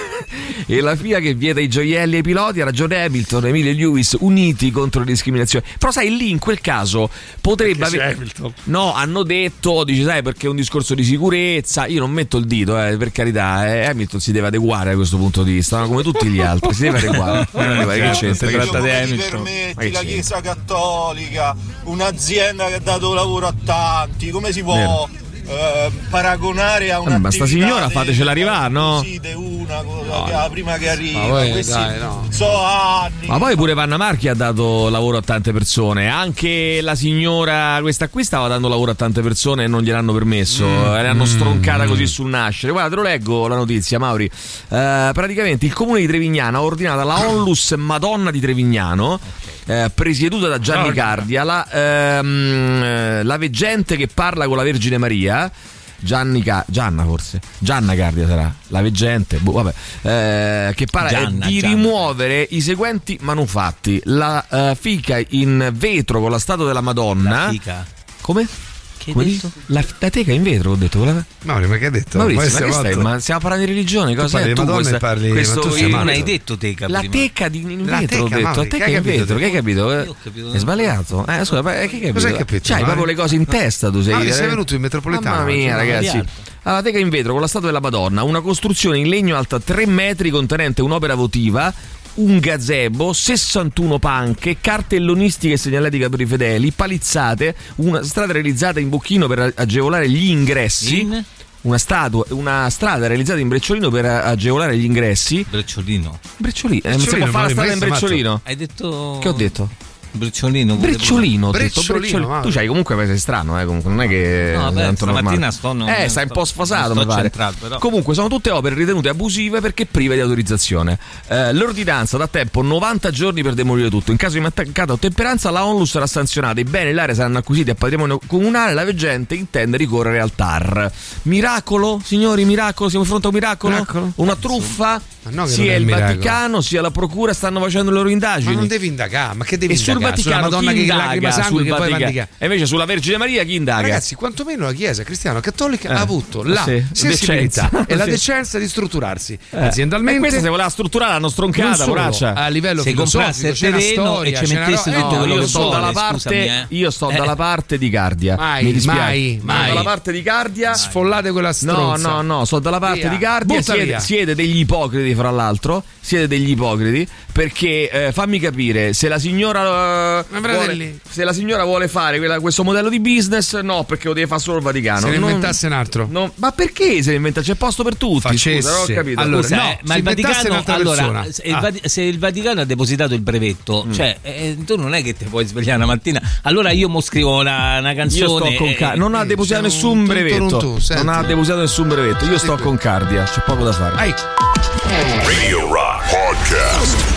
e la F I A che vieta i gioielli ai piloti, ha ragione Hamilton, Emilio Lewis uniti contro le discriminazioni. Però sai, lì in quel caso potrebbe avere. No, hanno detto, dice, sai, perché è un discorso di sicurezza. Io non metto il dito, eh, per carità. Eh, Hamilton si deve adeguare da questo punto di vista, no? Come tutti gli altri, si deve adeguare. Si deve adeguare, che c'entra? Se Che tratta di ti Hamilton? Ma permetti, che la c'entra? Chiesa Cattolica, un'azienda che ha dato lavoro a tanti, come si può eh, paragonare a Eh, una ma sta signora fatecela arrivare, no? una cosa che ha prima che arriva. Ma poi, Questi dai, no. so anni. Ma poi pure Vanna Marchi ha dato lavoro a tante persone. Anche la signora, questa qui, stava dando lavoro a tante persone e non gliel'hanno permesso. Mm. Le hanno stroncata Mm. così sul nascere. Guarda, te lo leggo la notizia, Mauri. Eh, praticamente il comune di Trevignano ha ordinato alla Onlus Madonna di Trevignano, eh, presieduta da Gianni Cardia, la, ehm, eh, la veggente che parla con la Vergine Maria. Gianni Ca- Gianna forse Gianna Cardia sarà la veggente, boh, vabbè, eh, che parla Gianna, eh, di Gianna. rimuovere i seguenti manufatti: la eh, fica in vetro con la statua della Madonna. La fica. Come? Che hai detto? La, la teca in vetro, ho detto. La... Mauri, ma che hai detto? Maurizio, ma, ma, stai, ma stiamo parlando di religione, cosa tu è? Tu questa, parli, questo, ma tu non hai detto teca la prima. teca di, in la vetro, teca, ho detto. Mauri, La teca in vetro, che hai capito? Io ho capito. È sbagliato. Eh, scusa, ma che hai capito? Cosa hai capito? C'hai proprio le cose in testa, tu sei. Mauri, sei venuto in metropolitano. Mamma mia, ragazzi. Alla teca in vetro con la statua della Madonna, una costruzione in legno alta tre metri contenente un'opera votiva, un gazebo, sessantuno panche, cartellonistiche e segnaletica per i fedeli, palizzate, una strada realizzata in bocchino per agevolare gli ingressi. In? Una, statua, una strada realizzata in Brecciolino per agevolare gli ingressi. Brecciolino. Brecciolino, eh, non si può fare la strada in Brecciolino. Hai detto. Che ho detto? Brecciolino. Brecciolino, ho detto Brecciolino, Brecciolino. Tu c'hai comunque sei strano, eh, comunque non è che no, beh, stamattina sto non, Eh, stai un po' sfasato, mi pare. Però. Comunque sono tutte opere ritenute abusive perché prive di autorizzazione. Eh, l'ordinanza dà tempo novanta giorni per demolire tutto. In caso di mancata ottemperanza la ONLUS sarà sanzionata, i beni e l'area saranno acquisiti a patrimonio comunale, la veggente intende ricorrere al T A R. Miracolo, signori, miracolo, siamo di fronte a un miracolo? miracolo? Una truffa? No, sia il Vaticano sia la procura stanno facendo le loro indagini. Ma non devi indagare, ma che devi e indagare? sul Vaticano sulla Madonna chi che indaga sangue sul che poi Vaticano? E invece sulla Vergine Maria chi indaga? Ragazzi, quantomeno la Chiesa cristiana cattolica eh. ha avuto la sì. sensibilità decenza. e la sì. decenza di strutturarsi eh. aziendalmente. E questa se voleva strutturare l'hanno stroncata, poraccia. A livello se filosofico c'è una storia e ci mettesse no, tutto quello io che sto vuole, dalla parte scusami, eh. io sto eh. dalla parte di Guardia. Mai, mi dispiace. mai, mai. Sto dalla parte di Guardia. Sfollate quella stronza. No, no, no, sto dalla parte via. di Guardia. Siete, siete degli ipocriti, fra l'altro. Siete degli ipocriti perché eh, fammi capire se la signora uh, vuole, se la signora vuole fare quella, questo modello di business, no, perché lo deve fare solo il Vaticano. Se ne non, inventasse un altro. Non, ma perché se ne inventa? C'è posto per tutti. Facesse. Scusa, non ho capito. Allora, Scusa, no, eh, ma il Vaticano allora, se, ah. il Vati- se il Vaticano ha depositato il brevetto, mm. cioè eh, tu non è che ti puoi svegliare una mattina. Allora io mo scrivo una, una canzone. Io sto con Car- eh, non ha depositato nessun un brevetto. Tu, tu, non ha depositato nessun brevetto. Io sto con Cardia, c'è poco da fare. Ai. Radio Rock Podcast.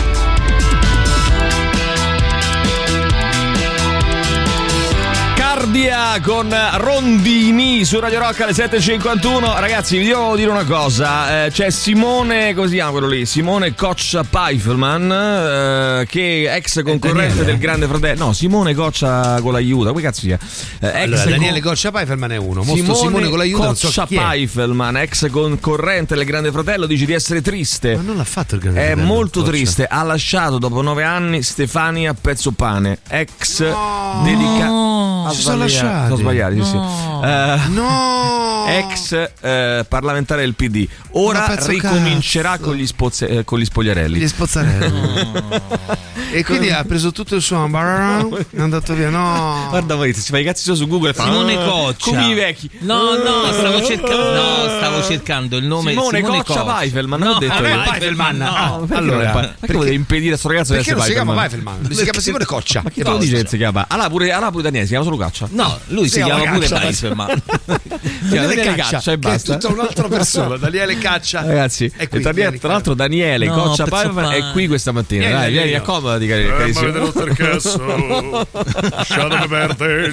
Cardia con Rondini su Radio Rock alle sette e cinquantuno. Ragazzi, vi devo dire una cosa, eh, c'è Simone, come si chiama quello lì? Simone Coccia Pfeifferman, eh, che è ex concorrente Daniele. del Grande Fratello. No, Simone Coccia con l'aiuta, come cazzo sia? Eh, ex allora, Daniele con... Coccia Pfeifferman è uno, Simone, Simone con l'aiuta non so Coccia chi è. Pfeifferman, ex concorrente del Grande Fratello, dice di essere triste. Ma non l'ha fatto il Grande È Fratello. È molto Coccia. triste, ha lasciato dopo nove anni Stefania Pezzopane, ex no. dedicato. Ah, si sono lasciati. Sono sbagliati, no. sì, sì. Uh, no. Ex uh, parlamentare del P D. Ora ricomincerà con gli, spozze- eh, con gli spogliarelli. Gli spozzarelli. No. E quindi ha preso tutto il suo è andato via. No. Guarda voi, si fa i cazzi su Google. Simone fa, Coccia. Come i vecchi. No, no, stavo cercando. No, stavo cercando il nome Simone, Simone Coccia Pfeifferman. Non ho detto io. Pfeifferman. No. no. Perché allora, perché, perché vuole impedire a sto ragazzo di essere Pfeifferman? Perché non si chiama Pfeifferman? Si chiama Simone Coccia. Ma chi te lo dice si chiama? Allora pure, allora pure Daniele si chiama solo Caccia. No, lui si, si chiama pure Pfeifferman. Daniele Caccia e basta. È tutta un'altra persona. Daniele Caccia. Ragazzi, tra l'altro Daniele Coccia Pfeifferman è qui questa mattina. Dai, vieni, accomodati, carissimo. Lasciatemi perdere,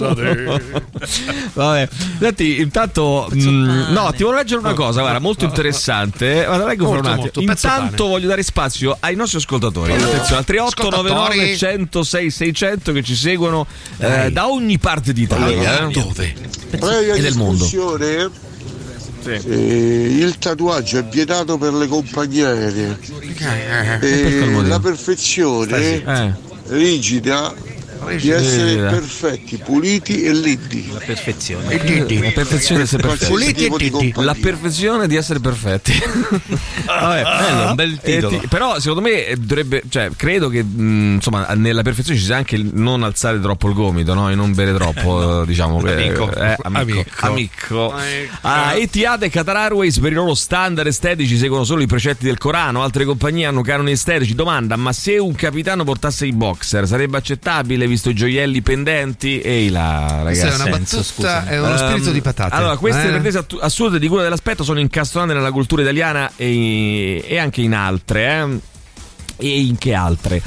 vabbè, senti, intanto mh, no, ti voglio leggere una cosa, guarda, molto interessante. Guarda, leggo molto, fra un attimo. Intanto voglio dare spazio ai nostri ascoltatori. Attenzione, al tre otto nove nove uno zero sei sei zero zero che ci seguono eh, da ogni parte d'Italia, eh. Dove? E del mondo. Sì. Eh, il tatuaggio è vietato per le compagnie aeree. Eh, la perfezione eh. rigida di essere perfetti, puliti e lindi. La perfezione. La perfezione di essere perfetti. Puliti e lindi. La perfezione di essere perfetti. Vabbè, bello, un bel titolo. Ti, però secondo me dovrebbe, cioè, credo che mh, insomma nella perfezione ci sia anche il non alzare troppo il gomito, no? E non bere troppo, diciamo. Amico. Eh, amico. Amico. amico. Ah, Etihad e Qatar Airways per i loro standard estetici seguono solo i precetti del Corano, altre compagnie hanno canoni estetici. Domanda: ma se un capitano portasse i boxer sarebbe accettabile visto i gioielli pendenti? Ehi là, ragazzi, è una battuta, scusa. È uno spirito um, di patate. Allora, queste eh? pretese assurde di cura dell'aspetto sono incastonate nella cultura italiana e, e anche in altre, eh? E in che altre?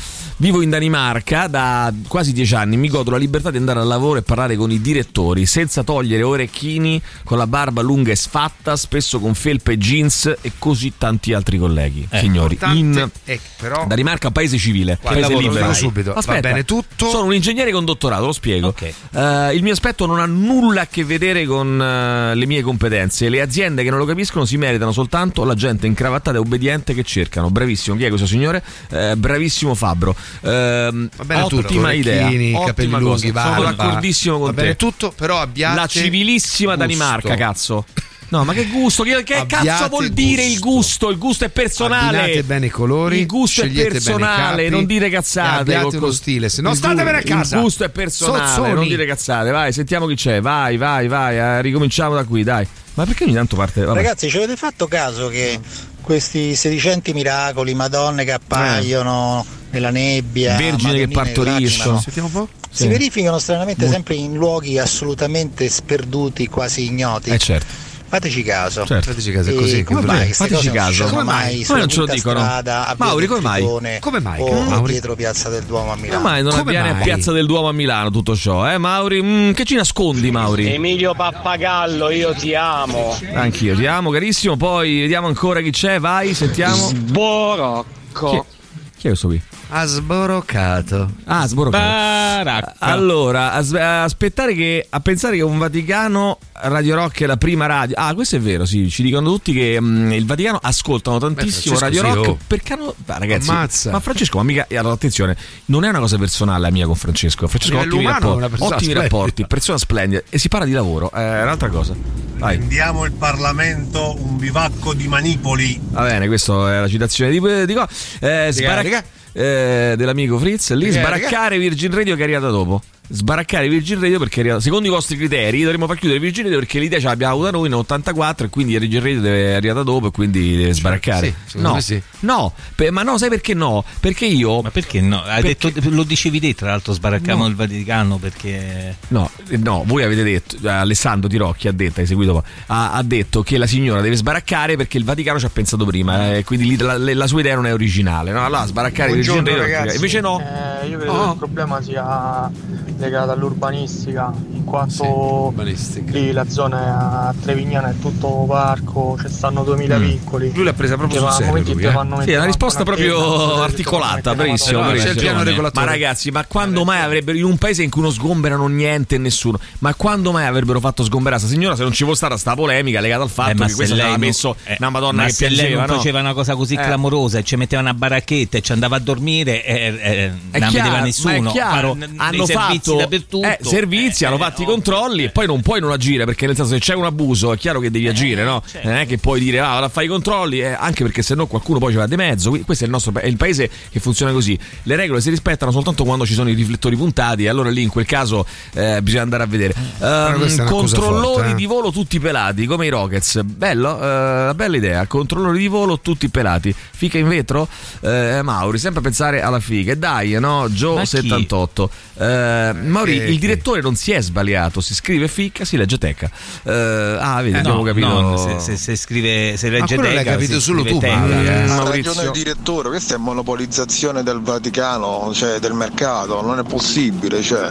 Vivo in Danimarca da quasi dieci anni, mi godo la libertà di andare al lavoro e parlare con i direttori senza togliere orecchini, con la barba lunga e sfatta, spesso con felpe e jeans e così tanti altri colleghi. Eh, Signori, in è, però... Danimarca, paese civile, Quale paese libero. Subito. Aspetta, va bene tutto. Sono un ingegnere con dottorato, lo spiego. Okay. Uh, il mio aspetto non ha nulla a che vedere con uh, le mie competenze. Le aziende che non lo capiscono si meritano soltanto la gente incravattata e obbediente che cercano. Bravissimo, chi è questo signore? Uh, bravissimo Fabbro. Uh, va bene ottima tutto, idea, ottima cosa. Barba, sono d'accordissimo con va te. Bene tutto, però abbiate la civilissima gusto. Danimarca, cazzo. No, ma che gusto? Che, che cazzo vuol gusto. dire il gusto? Il gusto è personale. Abbinate bene i colori. Il gusto è personale, non dire cazzate. Abbiate lo stile, se no state gu- bene a casa. Il gusto è personale, Sozzoni. non dire cazzate. Vai, sentiamo chi c'è. Vai, vai, vai. Eh, ricominciamo da qui, dai. Ma perché ogni tanto parte? Vabbè. Ragazzi, ci avete fatto caso che questi sedicenti miracoli, madonne che appaiono eh. nella nebbia, vergini che partoriscono, sentiamo un po'? Si sì. verificano stranamente Mo- sempre in luoghi assolutamente sperduti, quasi ignoti. Eh certo. Fateci caso. Certo. Fateci caso, è così. Come mai? Fateci caso. Come mai? Come non ce lo dicono? Strada, Mauri, come mai? Come mai? O Mauri? dietro Piazza del Duomo a Milano. Come mai non come avviene mai? a Piazza del Duomo a Milano tutto ciò? Eh Mauri? Mm, che ci nascondi, Mauri? Emilio Pappagallo, io ti amo. Anch'io ti amo, carissimo. Poi vediamo ancora chi c'è. Vai, sentiamo. Sborocco. Chi, chi è questo qui? Ha sboroccato. Ah, sboroccato. Baracca. Allora, as- aspettare che a pensare che un Vaticano, Radio Rock è la prima radio. Ah, questo è vero, sì, ci dicono tutti che mh, il Vaticano ascoltano tantissimo Beh, Radio Rock, sì, oh. perché hanno ah, ragazzi, Ammazza. ma Francesco, ma mica allora, attenzione, non è una cosa personale la mia con Francesco. Francesco ha ottimi, rapporti, ottimi rapporti, persona splendida e si parla di lavoro, è un'altra cosa. Vai. Rendiamo il Parlamento un bivacco di manipoli. Va bene, questa è la citazione di, di eh, sbarac- eh, dell'amico Fritz. Lì sbaraccare Virgin Radio che è arrivata dopo. Sbaraccare Virgin Radio perché è arrivata, secondo i vostri criteri dovremmo far chiudere Virgin Radio perché l'idea ce l'abbiamo avuta noi nel ottantaquattro e quindi Virgin Radio è arrivata dopo e quindi deve sbaraccare. Sì, no, sì. no per, ma no, sai perché no? Perché io Ma perché no? Hai perché... detto, lo dicevi te tra l'altro, sbaracchiamo no. il Vaticano perché No, no, voi avete detto, Alessandro Tirocchi ha detto, hai seguito, ha, ha detto che la signora deve sbaraccare perché il Vaticano ci ha pensato prima e quindi la, la, la sua idea non è originale, no? Allora sbaraccare Virgin Radio invece no. Eh, io credo oh. che il problema sia legato all'urbanistica, in quanto sì, lì la zona a Trevignano è tutto parco, ci stanno duemila mm. piccoli. Lui l'ha presa proprio sul serio, lui, eh? Sì, è una risposta proprio articolata, bravissimo, no, bravissimo. C'è il piano regolatore. Ma ragazzi, ma quando mai avrebbero, in un paese in cui non sgomberano niente e nessuno, ma quando mai avrebbero fatto sgomberare sta signora se non ci fosse stata sta polemica legata al fatto eh, che questa aveva messo eh, una madonna ma che se piangeva, lei non no? faceva una cosa così eh. clamorosa e ci metteva una baracchetta e ci andava a dormire e eh, eh, non vedeva nessuno. Ma è chiaro, Fare, hanno servizi fatto dappertutto. Eh, servizi, eh, hanno eh, fatto no, i controlli eh. e poi non puoi non agire perché nel senso se c'è un abuso è chiaro che devi agire, no? certo. Non è che puoi dire ah, vado a fare i controlli, eh, anche perché se no qualcuno poi ci va di mezzo. Quindi questo è il nostro è il paese che funziona così. Le regole si rispettano soltanto quando ci sono i riflettori puntati e allora lì in quel caso eh, bisogna andare a vedere. Um, controllori forte, eh? di volo tutti pelati come i Rockets. Bello, uh, bella idea. Controllori di volo tutti pelati. Fica in vetro? Eh, Mauri, sempre a pensare alla figa. E dai, no? Joe settantotto. Eh, Mauri, eh, il direttore non si è sbagliato. Si scrive fica, si legge teca. Eh, ah, vedi, eh, abbiamo no, capito. No, se, se, se scrive, se legge teca, l'hai capito solo tu, teca. eh, Ha ragione il direttore, questa è monopolizzazione del Vaticano, cioè del mercato, non è possibile, cioè,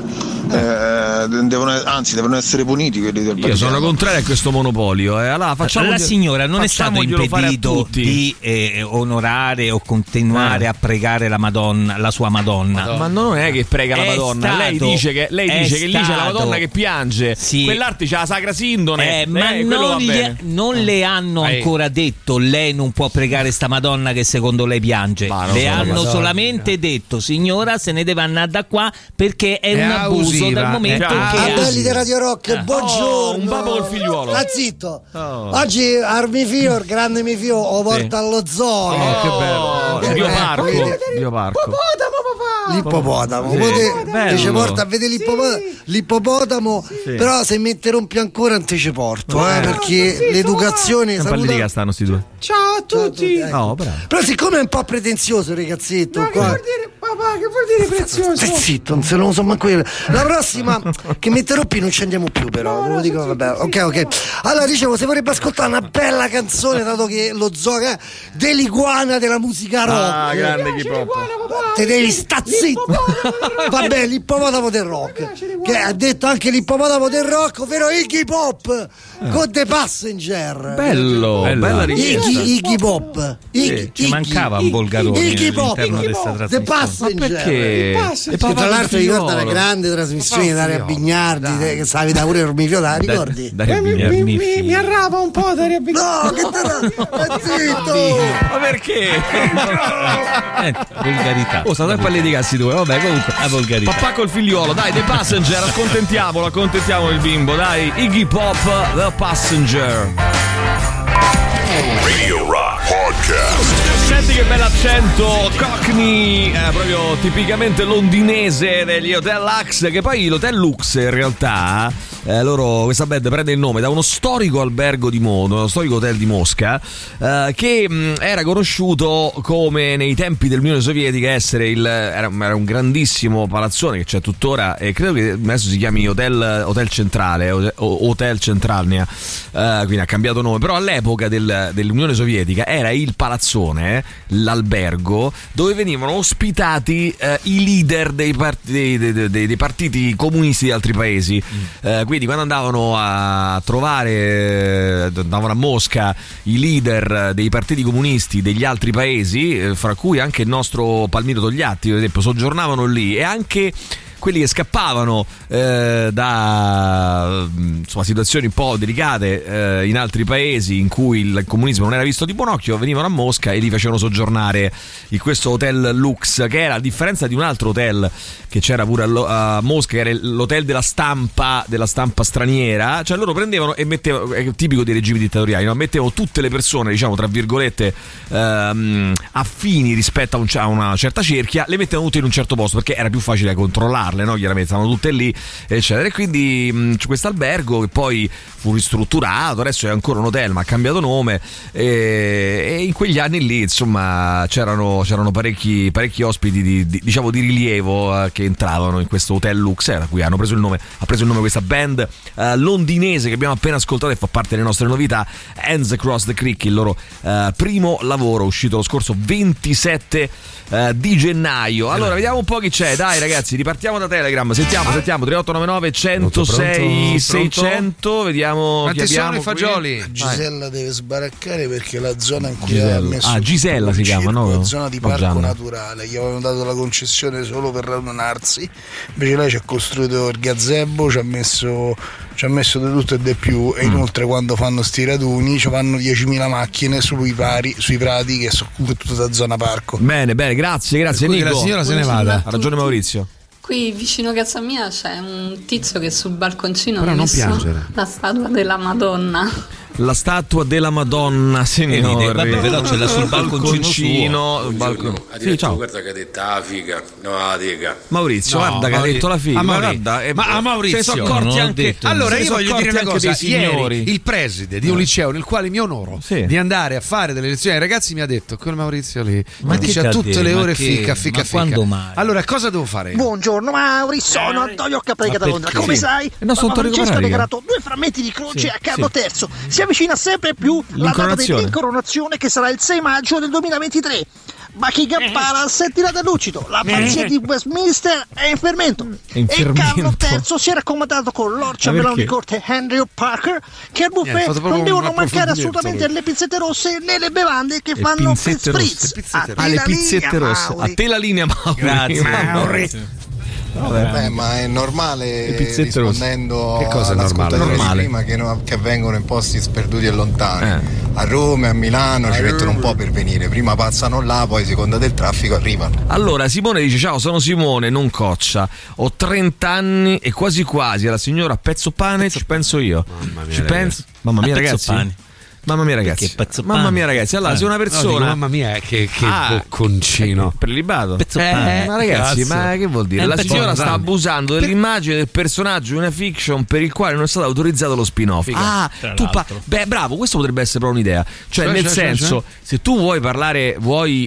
eh, devono, anzi devono essere puniti quelli del Vaticano. Io sono contrario a questo monopolio. Eh. Allora, facciamo la signora non è stato impedito di eh, onorare o continuare eh. a pregare la Madonna, la sua Madonna. Madonna. Ma non è che prega la è Madonna, stato, lei dice che lei dice che lì c'è la Madonna che piange. Sì. Quell'arte c'è la Sacra Sindone. Eh, ma eh, non, gli, non le hanno eh. ancora detto lei non può pregare sta Madonna che secondo lei piange. Le hanno Madonna. solamente detto signora se ne deve andare da qua perché è, è un abuso abusiva. Dal momento è che a belli di Radio Rock, eh. buongiorno. Oh, un babbo col figliuolo. Ah, zitto. Oh. Oggi al mio figlio, il grande mio figlio, lo porta sì. allo zoo. Oh, che bello. Eh, Bioparco. eh, Bioparco. L'ippopotamo, sì. ci porta a vedere l'ippopotamo, sì. l'ippopotamo sì. Però se mi interrompi ancora non te ci porto, eh, perché sì, l'educazione saluta... Parli di che stanno sti due? Ciao a tutti. No, bravo. Però siccome è un po' pretenzioso, ragazzetto, no, qua. Dire, papà, che vuol dire prezioso? Stai zitto, non se lo so manco io. La prossima che mi interrompi non ci andiamo più, però. Ve lo dico, vabbè. Ok, ok. Allora dicevo, se vorrebbe ascoltare una bella canzone, dato che lo zoo è dell'iguana della musica rock. Ah, grande Iggy Pop. Te devi sta zitto. Vabbè, l'ippopotamo del rock. Che ha detto anche l'ippopotamo del rock, ovvero Iggy Pop con The Passenger. Bello, bella, bella richiesta. Iggy, Iggy Pop. Iggy, eh, ci mancava un volgarone Iggy Pop. all'interno di questa trasmissione. The Passenger. Ma perché? Che tra l'altro ricorda una grande trasmissione di Daria Bignardi, che stavi da pure Ormifio, la ricordi? Da, da eh, mi, mi, mi, mi, mi arraba un po' Daria Bignardi. No, che te la... zitto. Ma perché? eh, volgarità. Oh, state a parlare di cazzi due. Vabbè, comunque. La volgarità. Papà col figliuolo, dai, The Passenger, accontentiamolo, accontentiamo il bimbo, dai. Iggy Pop, The Passenger. Radio Rock Podcast. Senti che bell'accento Cockney, eh, proprio tipicamente londinese degli Hotel Lux, che poi l'Hotel Lux in realtà, eh, loro, questa band prende il nome da uno storico albergo di Mo, uno storico hotel di Mosca, eh, che mh, era conosciuto come nei tempi dell'Unione Sovietica essere il, era, era un grandissimo palazzone che c'è tuttora, e credo che adesso si chiami Hotel, Hotel Centrale, Hotel Centralnia, eh, quindi ha cambiato nome, però all'epoca del, dell'Unione Sovietica era il palazzone, l'albergo dove venivano ospitati eh, i leader dei, part- dei, dei, dei, dei partiti comunisti di altri paesi. Mm. Eh, quindi quando andavano a trovare, andavano a Mosca i leader dei partiti comunisti degli altri paesi, eh, fra cui anche il nostro Palmiro Togliatti, per esempio, soggiornavano lì, e anche quelli che scappavano eh, da insomma, situazioni un po' delicate eh, in altri paesi in cui il comunismo non era visto di buon occhio, venivano a Mosca e li facevano soggiornare in questo Hotel Lux, che era, a differenza di un altro hotel che c'era pure a, a Mosca, che era l'hotel della stampa della stampa straniera, cioè loro prendevano e mettevano, è tipico dei regimi dittatoriali, no? Mettevano tutte le persone, diciamo tra virgolette, ehm, affini rispetto a, un, a una certa cerchia, le mettevano tutte in un certo posto perché era più facile controllare. No? Chiaramente stavano tutte lì, eccetera. E quindi mh, c'è questo albergo che poi fu ristrutturato, adesso è ancora un hotel ma ha cambiato nome, e, e in quegli anni lì insomma c'erano, c'erano parecchi, parecchi ospiti di, di, diciamo di rilievo eh, che entravano in questo Hotel Lux, eh, da cui hanno preso il nome, ha preso il nome questa band eh, londinese che abbiamo appena ascoltato e fa parte delle nostre novità, Hands Across the Creek, il loro eh, primo lavoro uscito lo scorso ventisette eh, di gennaio. Allora vediamo un po' chi c'è, dai ragazzi, ripartiamo da Telegram, sentiamo, sentiamo tre otto nove nove centosei seicento, vediamo quanti chi abbiamo sono i fagioli. Qui. Gisella deve sbaraccare perché la zona in cui Gisella. ha messo Ah, Gisella si chiama, no? è una zona di parco Gianna. naturale, gli avevano dato la concessione solo per radunarsi, invece lei ci ha costruito il gazebo, ci ha messo ci ha messo di tutto e di più, e inoltre mm. quando fanno sti raduni ci vanno diecimila macchine sui, pari, sui prati, che sono comunque tutta zona parco. Bene, bene, grazie, grazie Nico. La signora se ne vada. Ha ragione Maurizio. Qui vicino a casa mia c'è un tizio che sul balconcino Però ha non messo piangere. la statua della Madonna. La statua della Madonna, signore. Vabbè, però ce l'ha sul balconcino suo. Balcon... Ha sì, detto, ciao. guarda che ha detto la figa, no la dica. Maurizio, No, guarda che Mauri- ha detto la figa. a Ma, Mauri- guarda, eh, ma a Maurizio se ne sono non accorti ho anche. detto Allora se ne io sono voglio dire una accorti cosa, anche dei signori. ieri il preside di un liceo nel quale mi onoro Sì. di andare a fare delle lezioni ai ragazzi mi ha detto quel Maurizio lì Ma mi che dice a t'ha tutte detto? le Ma ore che- ficca ficca ma ficca. quando mai? Allora cosa devo fare? Buongiorno Mauri, sono Antonio Caprega da Londra, perché? come sai? Il nostro Papa Antonio Francesco ha Caprega. decorato due frammenti di croce Sì, a Carlo sì. terzo. Si avvicina sempre più la data L'incoronazione. dell'incoronazione, che sarà il sei maggio del duemilaventitré. Buckingham Palace è tirata all'uscito, la pazzia di Westminster è in fermento. È in E fermento. Carlo terzo si è raccomandato con Lord Ciambellano di perché? corte Andrew Parker che al Eh, ha buffet fatto proprio non un devono mancare approfondimento assolutamente lui. le pizzette rosse né le bevande che Le fanno pinzette rosse. spritz. Le pizzette A rosse. te Ah, le la pizzette linea, rosse. Mauri. A te la linea, Mauri. Grazie. Mauri. Beh, ma è normale, Le pizzette rispondendo Che cosa è normale? all'ascoltatore di Normale. prima, che, no- che vengono in posti sperduti e lontani. Eh. A Roma e a Milano ci mettono un po' per venire, prima passano là, poi a seconda del traffico arrivano. Allora Simone dice: ciao, sono Simone, non Coccia, ho trenta anni e quasi quasi alla signora Pezzopane ci penso io. Mamma mia, ci ragazzi. penso. Mamma mia A ragazzi. Pezzopane. Mamma mia ragazzi, mamma mia ragazzi, allora se una persona no, dico, mamma mia che, che ah, bocconcino prelibato, eh, ma ragazzi, cazzo. ma che vuol dire? La signora sta abusando dell'immagine del personaggio di una fiction per il quale non è stato autorizzato lo spin-off. Ah, tu pa- beh bravo, questo potrebbe essere proprio un'idea, cioè, cioè nel cioè, senso cioè? se tu vuoi parlare, vuoi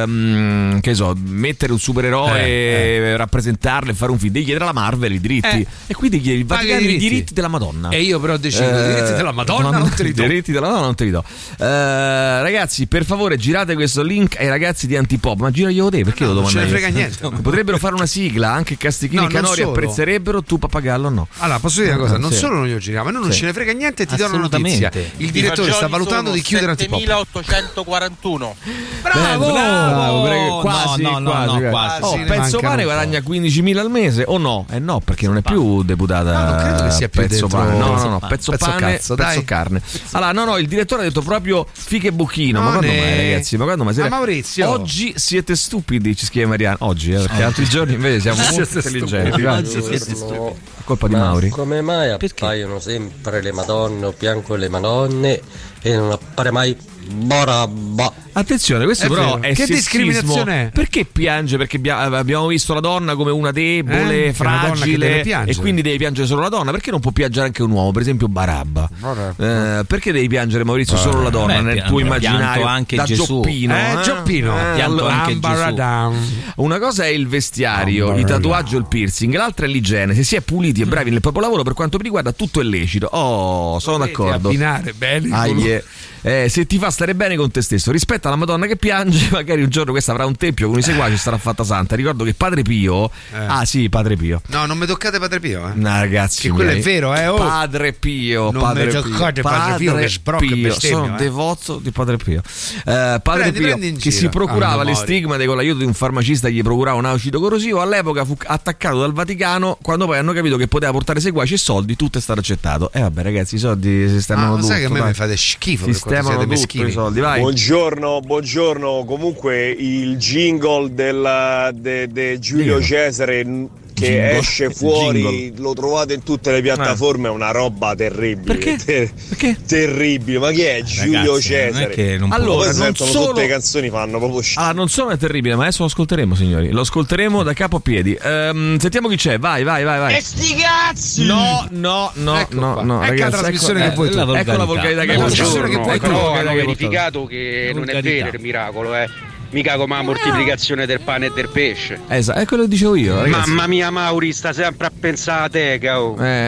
ehm, che so, mettere un supereroe, eh, eh. rappresentarlo e fare un film, devi chiedere alla Marvel i diritti eh. e quindi chiedi il Vaticano i diritti. diritti della Madonna e io però decido eh, i diritti della Madonna non, non te li do. I diritti della Madonna non te li do. Uh, ragazzi, per favore girate questo link ai ragazzi di Antipop, ma giraglielo te, perché no, lo devo mandare? Non ce ne frega niente. Potrebbero fare una sigla, anche Castichini no, e Canori apprezzerebbero, tu Pappagallo no. Allora posso dire una cosa, non sì. solo noi lo giriamo, ma noi non sì. ce ne frega niente e ti do una notizia. Il direttore sta valutando di chiudere Antipop. settemilaottocentoquarantuno Bravo, bravo, bravo quasi, no, no, quasi, no, quasi. quasi. Oh, Pezzo Pane guadagna quindicimila al mese o no? Eh no, perché non è più deputata. No, non credo che sia più Pezzo dentro... Pane. No, no, no, Pezzo, pezzo Pane, cazzo, Pezzo dai. Carne. Allora, no, no, il direttore ha detto proprio fiche buchino. No, ma quando ne... mai, ragazzi? Ma quando mai? Ma Maurizio, oggi siete stupidi, ci scrive Mariano. Oggi, eh, perché altri giorni invece siamo molto intelligenti. Oggi siete stupidi. Colpa di ma Mauri. Come mai appaiono sempre le Madonne o bianco le Madonne e non appare mai Barabba? Attenzione, questo è però vero. è che sessismo. discriminazione è? Perché piange? Perché abbiamo visto la donna come una debole, eh, fragile e quindi deve piangere solo la donna. Perché non può piangere anche un uomo, per esempio Barabba? Eh, perché devi piangere, Maurizio, solo la donna? Beh, nel pianto, tuo immaginario anche da Gesù. Gioppino, eh, eh? Gioppino. Eh, pianto allora, anche Gesù. Una cosa è il vestiario, i tatuaggi o il piercing, l'altra è l'igiene. Se si è puliti e bravi nel proprio lavoro, per quanto mi riguarda, tutto è lecito. Oh, sono Dovete d'accordo. Abbinare bene. Ah, yeah. eh, se ti fa stare bene con te stesso, rispetta la Madonna che piange, magari un giorno questa avrà un tempio con i seguaci, sarà fatta santa. Ricordo che Padre Pio, eh. ah sì, Padre Pio. No, non mi toccate Padre Pio, eh. No, ragazzi, che quello miei. è vero, eh. Oh. Padre Pio, non Padre mi toccate Pio. Padre Pio, che sbrocca Pio. bestemmio, Sono eh. devoto di Padre Pio. Eh, padre prendi, Pio prendi che giro. si procurava ah, le stigmate con l'aiuto di un farmacista, gli procurava un acido corrosivo. All'epoca fu attaccato dal Vaticano. Quando poi hanno capito che poteva portare seguaci e soldi, tutto è stato accettato. E eh, vabbè, ragazzi, i soldi sistemano ah, tutto. Sai che a me dai. mi fate schifo, sistemano per tutto i soldi, vai. Buongiorno, buongiorno. Comunque il jingle del, de, de Giulio Dio. Cesare che jingle. esce fuori, jingle. Lo trovate in tutte le piattaforme, è una roba terribile. Perché? Ter- Perché? Terribile, ma chi è Giulio Ragazzi, Cesare? Non allora, non non solo tutte le canzoni fanno proprio sch- allora, non solo è terribile, ma adesso lo ascolteremo, signori. Lo ascolteremo da capo a piedi. Um, sentiamo chi c'è, vai, vai, vai, vai. E sti cazzi! No, no, no, ecco no, no, ecco ragazzi, la trasmissione ecco, che vuoi tu. Eh, ecco la volgarità che vuoi tu. Ecco la volgarità hanno verificato che non è vero il miracolo, eh. Mica come la moltiplicazione del pane e del pesce. Esatto, è quello che dicevo io, ragazzi. Mamma mia, Mauri, sta sempre a pensare a teca. Oh. Eh.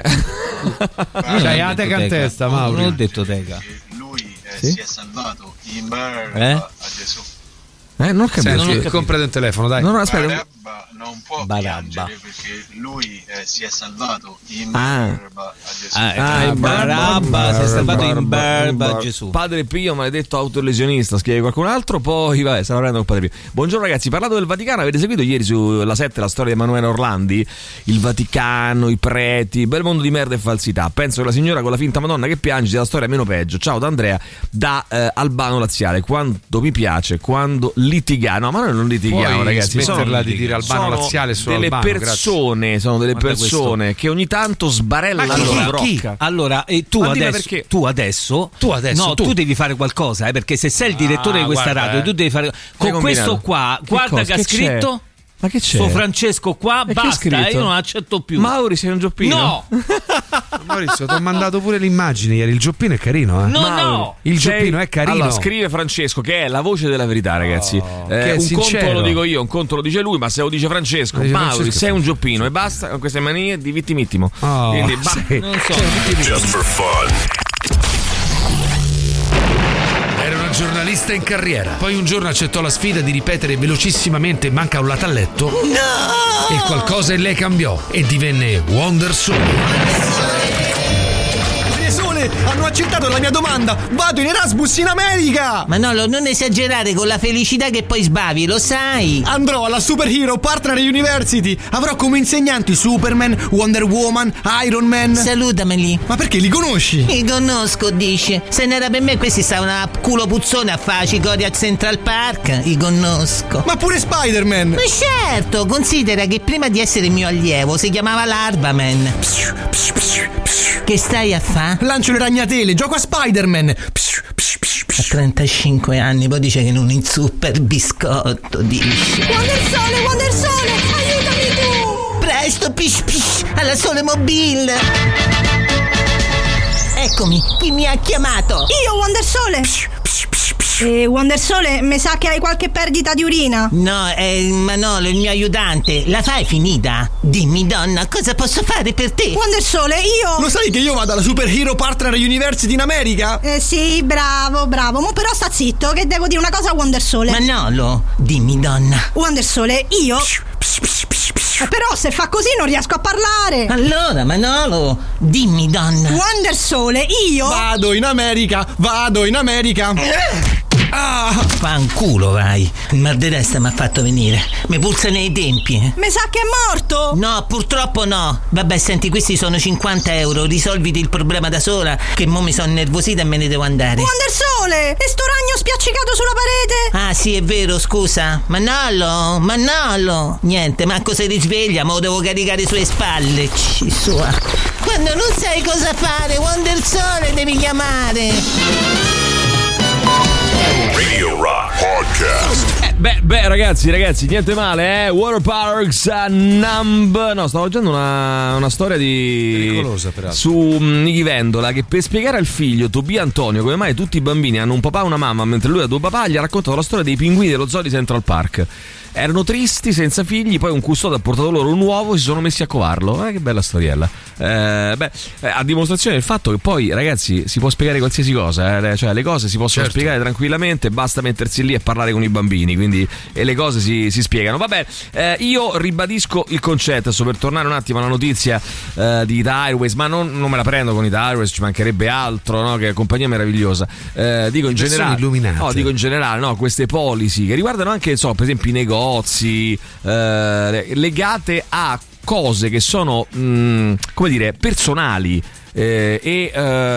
C'hai la teca in testa, Mauri. Non ho detto teca. Lui eh, sì? si è salvato in bar eh? a Gesù. Eh, non ho capito. Sì, non comprate un telefono, dai. No, no, aspetta. Barabba non può Barabba. piangere perché lui eh, si è salvato in ah. barba a Gesù. Ah, ah il Barabba si è salvato in barba a Gesù. Padre Pio, maledetto autolesionista, scrive qualcun altro, poi vabbè, stiamo parlando con Padre Pio. Buongiorno ragazzi, parlando del Vaticano, avete seguito ieri sulla sette la storia di Emanuele Orlandi? Il Vaticano, i preti, bel mondo di merda e falsità. Penso che la signora con la finta Madonna che piange sia la storia meno peggio. Ciao da Andrea, da eh, Albano Laziale. Quando mi piace, quando litigare. No, ma noi non litighiamo, puoi ragazzi. Smetterla di dire Albano Laziale su delle Albano, persone, grazie. sono delle Guarda persone questo. che ogni tanto sbarellano allora, la brocca. Allora, e tu, adesso, tu adesso tu adesso no, tu. tu devi fare qualcosa, eh, perché se sei il direttore ah, di questa guarda, radio, eh. tu devi fare con Hai questo qua, che guarda cosa? che ha Che scritto c'è? Ma che c'è? Sto Francesco qua, e basta, io non accetto più. Mauri, sei un gioppino? No. Maurizio, ti ho mandato pure l'immagine ieri. Il gioppino è carino, eh? No, Mauri, no. Il sei... gioppino è carino. Allora, scrive Francesco che è la voce della verità, ragazzi. Oh, eh, che è un sincero. conto lo dico io, un conto lo dice lui, ma se lo dice Francesco, dice Mauri, Francesco. sei un gioppino e basta con queste manie di vittimittimo. Oh, Quindi, bah, sì. Non so. Just for fun. Era una giornalista in carriera. Poi un giorno accettò la sfida di ripetere velocissimamente "manca un lato a letto". No! E qualcosa in lei cambiò e divenne Wonder Sole. Hanno accettato la mia domanda. Vado in Erasmus in America. Manolo, non esagerare con la felicità che poi sbavi, lo sai. Andrò alla Super Hero Partner University. Avrò come insegnanti Superman, Wonder Woman, Iron Man. Salutameli. Ma perché li conosci? Li conosco, dice. Se non era per me questi stavano a culo puzzone a fare cicori a Central Park. Li conosco. Ma pure Spider-Man. Ma certo, considera che prima di essere mio allievo si chiamava Larvaman. Che stai a fa'? Lancio le ragnatele, gioco a Spider-Man. Psh, psh, psh, psh. A trentacinque anni, poi dice che non inzuppa il biscotto, dice. Wondersole, Wondersole, aiutami tu! Presto, pish pish, alla Sole Mobile. Eccomi, chi mi ha chiamato? Io, Wondersole. Psh, psh, psh, psh. Eh, Wondersole, mi sa che hai qualche perdita di urina. No, è il Manolo, il mio aiutante. La fai finita? Dimmi, donna, cosa posso fare per te? Wondersole, io... Lo sai che io vado alla Super Hero Partner University in America? Eh sì, bravo, bravo. Ma però sta zitto, che devo dire una cosa a Wondersole. Manolo, dimmi, donna. Wondersole, io... Psh, psh, psh, psh, psh. Eh, però se fa così non riesco a parlare. Allora, Manolo, dimmi, donna. Wondersole, io... Vado in America, vado in America. Ah. Fanculo vai. Il mal di testa mi ha fatto venire. Mi pulsa nei tempi. Mi sa che è morto. No, purtroppo no. Vabbè, senti, questi sono cinquanta euro. Risolviti il problema da sola, che mo mi sono nervosita e me ne devo andare. Wondersole, e sto ragno spiaccicato sulla parete? Ah sì, è vero, scusa. Manolo, Manolo. Niente, manco se risveglia, ma lo devo caricare sulle spalle. Ci sua. Quando non sai cosa fare, Wondersole devi chiamare. Radio Rock Podcast. Eh, beh, beh, ragazzi, ragazzi, niente male, eh? Water Parks uh, Numb. No, stavo leggendo una, una storia di. Pericolosa, peraltro. Su um, Nichi Vendola, che per spiegare al figlio Tobia Antonio come mai tutti i bambini hanno un papà e una mamma, mentre lui ha due papà, gli ha raccontato la storia dei pinguini dello zoo di Central Park. Erano tristi, senza figli, poi un custode ha portato loro un uovo e si sono messi a covarlo. Eh, che bella storiella. Eh, beh, eh, a dimostrazione del fatto che poi, ragazzi, si può spiegare qualsiasi cosa, eh? Cioè le cose si possono Certo. spiegare tranquillamente, basta mettersi lì e parlare con i bambini, quindi e le cose si, si spiegano. Vabbè, eh, io ribadisco il concetto, adesso per tornare un attimo alla notizia eh, di Ita Airways, ma non, non me la prendo con Ita Airways, ci mancherebbe altro, no? Che compagnia meravigliosa. Eh, dico in Persone generale, illuminate. no, dico in generale, no, queste policy che riguardano anche, so, per esempio i negozi eh, legate a cose che sono mh, come dire personali eh, e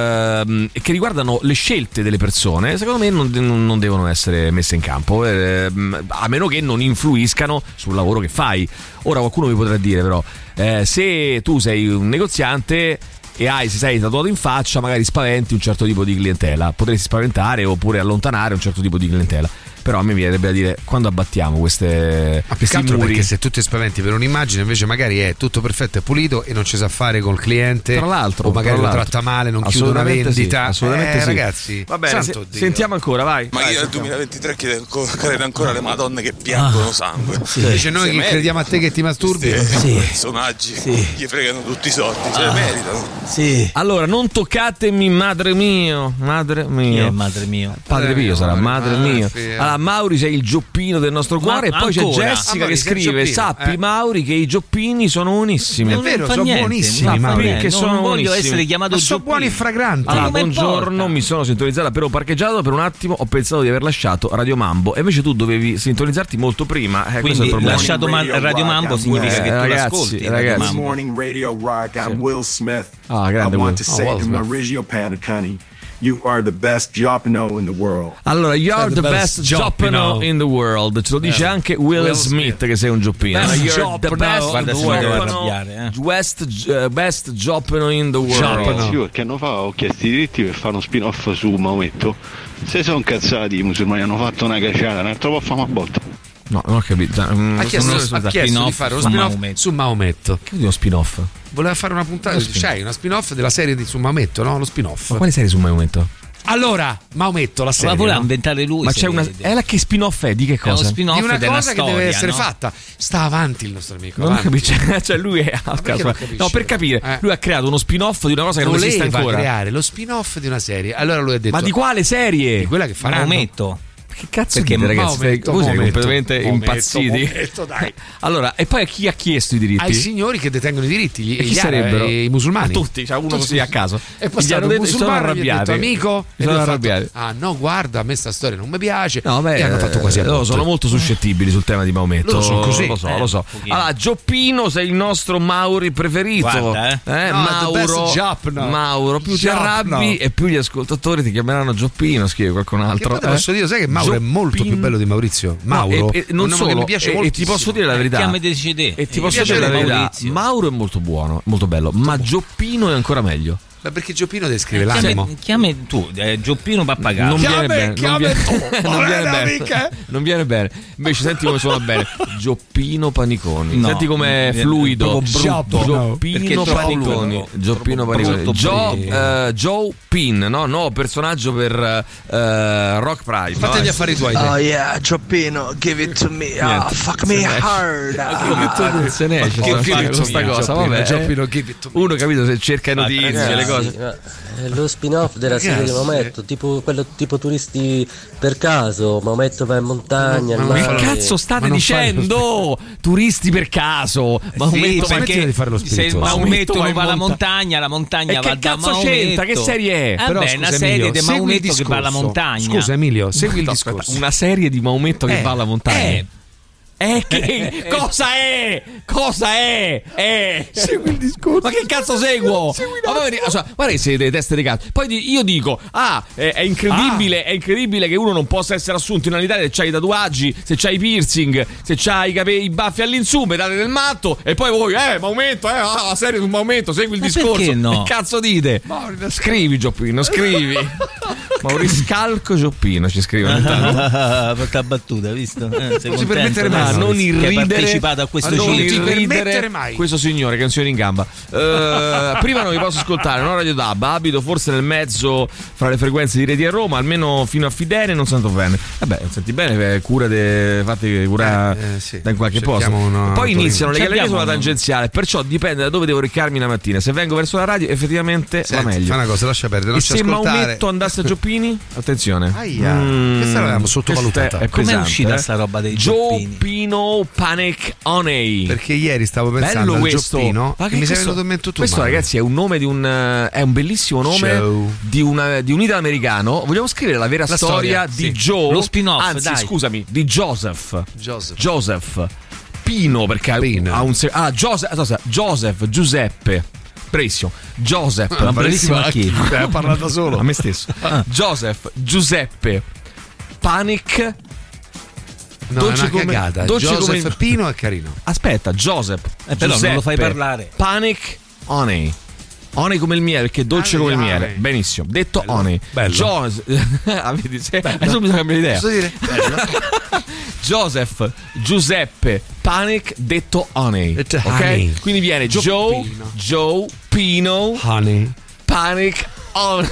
eh, che riguardano le scelte delle persone, secondo me non, non devono essere messe in campo eh, a meno che non influiscano sul lavoro che fai. Ora qualcuno mi potrà dire però eh, se tu sei un negoziante e hai, se sei tatuato in faccia, magari spaventi un certo tipo di clientela, potresti spaventare oppure allontanare un certo tipo di clientela. Però a me mi verrebbe da dire, quando abbattiamo queste, Ma più questi che altro muri, perché se tu ti spaventi per un'immagine, invece magari è tutto perfetto e pulito e non ci sa fare col cliente, tra l'altro, o magari tra lo l'altro. tratta male, non chiude una Assolutamente sì, vendita. assolutamente eh, sì. Ragazzi, va bene, santo se- Dio. sentiamo ancora, vai. Ma vai, io nel duemilaventitré credo ancora, credo ancora alle madonne che piangono sangue. Sì. Invece noi Se che meritano. crediamo a te che ti masturbi, Questi sì. personaggi gli fregano tutti i soldi, se Ah. li meritano. Sì. Allora, non toccatemi madre mio, madre mio. Chi è madre mio? Padre Pio sarà, madre madre mio. Pio. Allora, Mauri sei il gioppino del nostro cuore e Ma poi c'è ancora? Jessica Ah, Mauri, che sei il scrive: gioppino, sappi eh. Mauri che i gioppini sono buonissimi. È Non vero, fa sono niente, buonissimi, non fa Mauri. niente, Che non sono voglio buonissimi. essere chiamato Ma sono gioppino. buoni e fragranti. Allora, Ma come buongiorno, importa? mi sono sintonizzata però parcheggiato per un attimo, ho pensato di aver lasciato Radio Mambo e invece tu dovevi sintonizzarti molto prima. Eh, questo è Quindi il problema. lasciato Man- Radio Mambo significa Eh, che tu ragazzi, l'ascolti. Radio ragazzi. Good Mambo. morning, Radio Rock. I'm Will Smith. Ah, grande I Will. want to Oh, say Will to Smith. Maurizio Panicani, you are the best Jopino in the world. Allora, you're Sei the the best best Joppino Joppino in the world. Ce lo dice Yeah. anche Will, Will Smith, Smith. che sei un gioppino. Best You're the Joppino. best Guarda, si deve Joppino, arrabbiare, eh. West, uh, best Joppino in the world. Joppino. Sì, perché anno fa ho chiesto i diritti per fare uno spin-off su Maometto. Se sono cazzati i musulmani, hanno fatto una cacciata, un altro po' famo a botta. No, non ho capito. Mm, Ha chiesto, sono- ha chiesto di spin-off Ah, fare uno su spin-off Maometto. su Maometto. Che vuol dire uno spin-off? Voleva fare una puntata, Uno spin- c'hai una spin-off della serie di su Maometto, no? Lo spin-off. Ma quale serie su Maometto? Allora, Maometto, la serie. Ma voleva no? inventare lui. Ma se c'è una. vede. È la che spin-off è? Di che È uno cosa? spin-off Di una della cosa storia, che deve essere no? fatta. Sta avanti il nostro amico. Non avanti. capisce, cioè lui è a perché caso. non capisce? No, per capire, Eh. lui ha creato uno spin-off di una cosa che non esiste Voleva ancora. creare lo spin-off di una serie. Allora lui ha detto: Ma di quale serie? Di quella che faranno. Maometto. Che cazzo Perché dite, ragazzi? Maometto, Voi siete Maometto, completamente Maometto, impazziti. Maometto, dai. Allora, e poi a chi ha chiesto i diritti? Ai signori che detengono i diritti, gli, E chi gli sarebbero? arabi, i musulmani. Ma tutti, cioè uno Tutti. così a caso. E poi Gli stato hanno un detto, sono musulmano, gli ha detto arrabbiati. amico, Si e sono lui ha fatto, arrabbiati. ah no, guarda, a me sta storia non mi piace. No, beh, e hanno fatto quasi a no, botte. sono molto suscettibili sul tema di Maometto. Loro sono così. Lo so, Eh, lo so. un pochino. Allora, Gioppino sei il nostro Mauri preferito. Guarda, eh. No, the Mauro, best Joppino. Mauro, più ti Joppino. arrabbi e più gli ascoltatori ti chiameranno Gioppino, scrive qualcun Che altro. poi te eh. posso dire, sai che Mauro è molto Gioppino. più bello di Maurizio. No, Mauro e, e non un nome solo, che mi piace e, e ti moltissimo. posso dire la verità. Chiamate C D. E ti Eh, posso mi dire la piace verità. Maurizio. Mauro è molto buono, molto bello, ma Gioppino è ancora meglio. Ma perché Gioppino descrive Chiami, l'animo? chiami tu, eh, Gioppino Pappagallo. Non viene bene, non viene, non viene bene. amiche. Non viene bene. Invece senti come suona bene. Gioppino Paniconi. No, senti com'è è fluido. brutto. Gioppino Perché Paniconi. brutto. Gioppino Troppo Paniconi. brutto. Joe, uh, Joe Pin, no? No, personaggio per uh, Rock Pride. Fatti no? gli affari tuoi. Oh yeah, Gioppino, give it to me. Oh, fuck me hard. Non se ne esce Che sta questa cosa, vabbè. Gioppino, give it to me. Uno capito se cerca notizie, Ragazzi, le cose. ma è lo spin-off della Ragazzi. serie di Maometto, tipo quello tipo turisti per caso, Maometto va in montagna, Ma- al ma Che non mare. cazzo state Ma non fai dicendo? Turisti per caso. Maometto Sì, va- perché di fare lo se spiritoso. Maometto va non in va alla monta- montagna, la montagna E va che da cazzo Maometto. c'entra? Che serie è? Eh Però, beh, scusa, una serie Emilio, di segui il Maometto che va alla discorso. montagna. Scusa Emilio, segui il No, discorso. aspetta, una serie di Maometto che Eh, va alla montagna. eh. Eh, che cosa è? Cosa è? Eh. Segui il discorso. Ma che cazzo seguo? Ma poi, cioè, guarda che siete delle teste di cazzo. Poi di- io dico, ah, è, è incredibile, è incredibile che uno non possa essere assunto in Italia se c'hai i tatuaggi, se c'hai i piercing, se c'hai i capelli, i baffi all'insume, date del matto, e poi voi, eh, Maometto, eh, ah, la serie su Maometto, segui il Ma discorso. perché no? Che cazzo dite? Scrivi, Gioppino, scrivi. Mauriscalco Gioppino ci scrive ogni tanto. Porta battuta, visto? Eh, sei Non si contento, permettere no? mai, a no? non Che hai irridere, partecipato a questo a non giro. ti permettere irridere mai. questo signore, canzoni in gamba. Eh, prima non vi posso ascoltare, no Radio Dab, abito forse nel mezzo fra le frequenze di Reti a Roma, almeno fino a Fidene non sento bene. Vabbè, non senti bene, eh, cura de, fatti cura Eh, eh, sì. da in qualche posto. Cerchiamo una- Poi iniziano le Ci gallerie abbiamo sulla un- tangenziale, perciò dipende da dove devo recarmi la mattina. Se vengo verso la radio, effettivamente Senti, va meglio. fai una cosa, lascia perdere, E lascia se ascoltare. Maometto andasse a Gioppini? Attenzione. Aia, Mm, questa l'avevamo sottovalutata. questa è Com'è pesante, uscita eh? sta roba dei Gioppini? Gioppino Panic Honey. Perché ieri stavo pensando Bello al questo. Gioppino Ma e che mi sei questo- venuto in mente tu. Questo, Mario. ragazzi, è un nome di un eh, è un bellissimo nome Joe. di, una, di un italo-americano. Vogliamo scrivere la vera La storia, storia, di sì. Joe? Lo spin-off, Anzi, dai. scusami, di Joseph. Joseph. Joseph Pino, perché Pino. ha un se- ah, Joseph, aspetta, Joseph Giuseppe. Bravissimo. Joseph. Ma bravissimo a chi? Ha parlato solo. A me stesso. Joseph Giuseppe Panic. No, dolce è una come- cagata. dolce Joseph come- Pino è carino. Aspetta, Joseph. Eh, però non lo fai Giuseppe parlare. Panic Honey. Honey come il miele, perché è dolce Ah, come il ah, miele. honey. Benissimo. Detto Bello. Honey. Bello. Jos- Ah, vedi, se- adesso bisogna cambiare idea. Posso dire? Joseph Giuseppe Panic detto Honey. Detto Ok? Honey. Quindi viene Joe Gioppino. Joe Pino Honey. Panic Honey.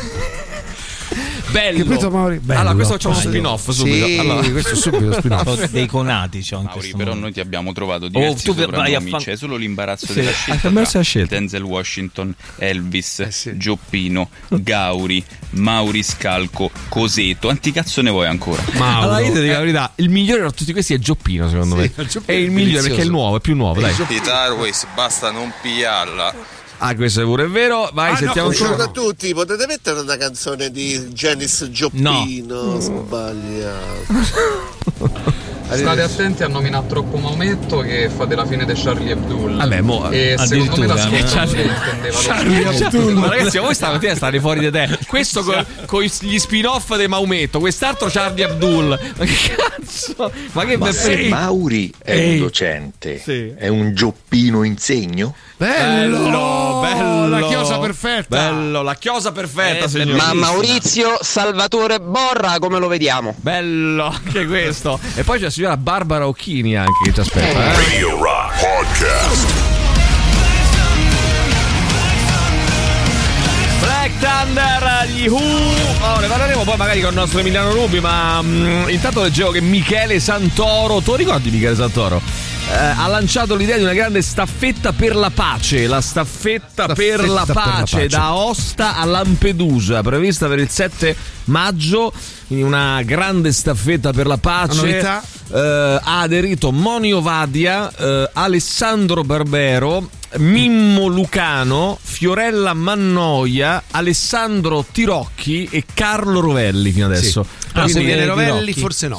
Bello. Capito, Mauri? Bello. Allora, questo facciamo uno Bello. spin-off subito. Sì, Allora. questo subito spin-off. Ho dei conati c'ho in Mauri, questo però momento. noi ti abbiamo trovato diversi tu vai a soprannomi, fan- c'è solo l'imbarazzo Sì, della hai scelta perso tra la scelta. Denzel Washington, Elvis, Eh sì. Gioppino, Gauri, Mauriscalco, Coseto. Quanti cazzo ne vuoi ancora? Mauro. Allora, io ti dico la verità, il migliore tra tutti questi è Gioppino, secondo Sì, me. il Gioppino È il è migliore delizioso. perché è il nuovo, è più nuovo, dai. Guitar Ways, basta non pigliarla. Ah, questo è pure vero. Vai, Ah, sentiamo no, ancora. Buongiorno a tutti, potete mettere una canzone di Janis Gioppino? Sbagliato. State attenti a nominare troppo Maometto che fate la fine di Charlie Hebdo. Vabbè, mo- e secondo me addirittura, l'ascoltatore eh. intendeva Charlie lo Abdul. Ma ragazzi, voi stamattina state fuori di te. Questo con, con gli spin-off di Maometto, quest'altro Charlie Abdul. Ma che cazzo? Ma che Ma se per Mauri è Ehi. un docente, Sì. è un Gioppino in segno? Bello, bello. La chiosa perfetta. Bello, la chiosa perfetta, Eh, signore. ma Maurizio Salvatore Borra, come lo vediamo? Bello anche questo. E poi c'è la signora Barbara Occhini anche che ci aspetta. Eh? Radio Rock Podcast. Black Thunder, gli Who. Oh, ne parleremo poi magari con il nostro Emiliano Rubi, ma mh, intanto leggevo che Michele Santoro, tu ricordi Michele Santoro? Eh, ha lanciato l'idea di una grande staffetta per la pace, la staffetta, Staffetta per, la per la pace, pace. da Aosta a Lampedusa, prevista per il sette maggio, quindi una grande staffetta per la pace. Una novità? Eh, ha aderito Monio Vadia, eh, Alessandro Barbero, Mimmo Lucano, Fiorella Mannoia, Alessandro Tirocchi e Carlo Rovelli fino adesso. Però se Quindi- viene Rovelli, Rovelli forse no. Sì.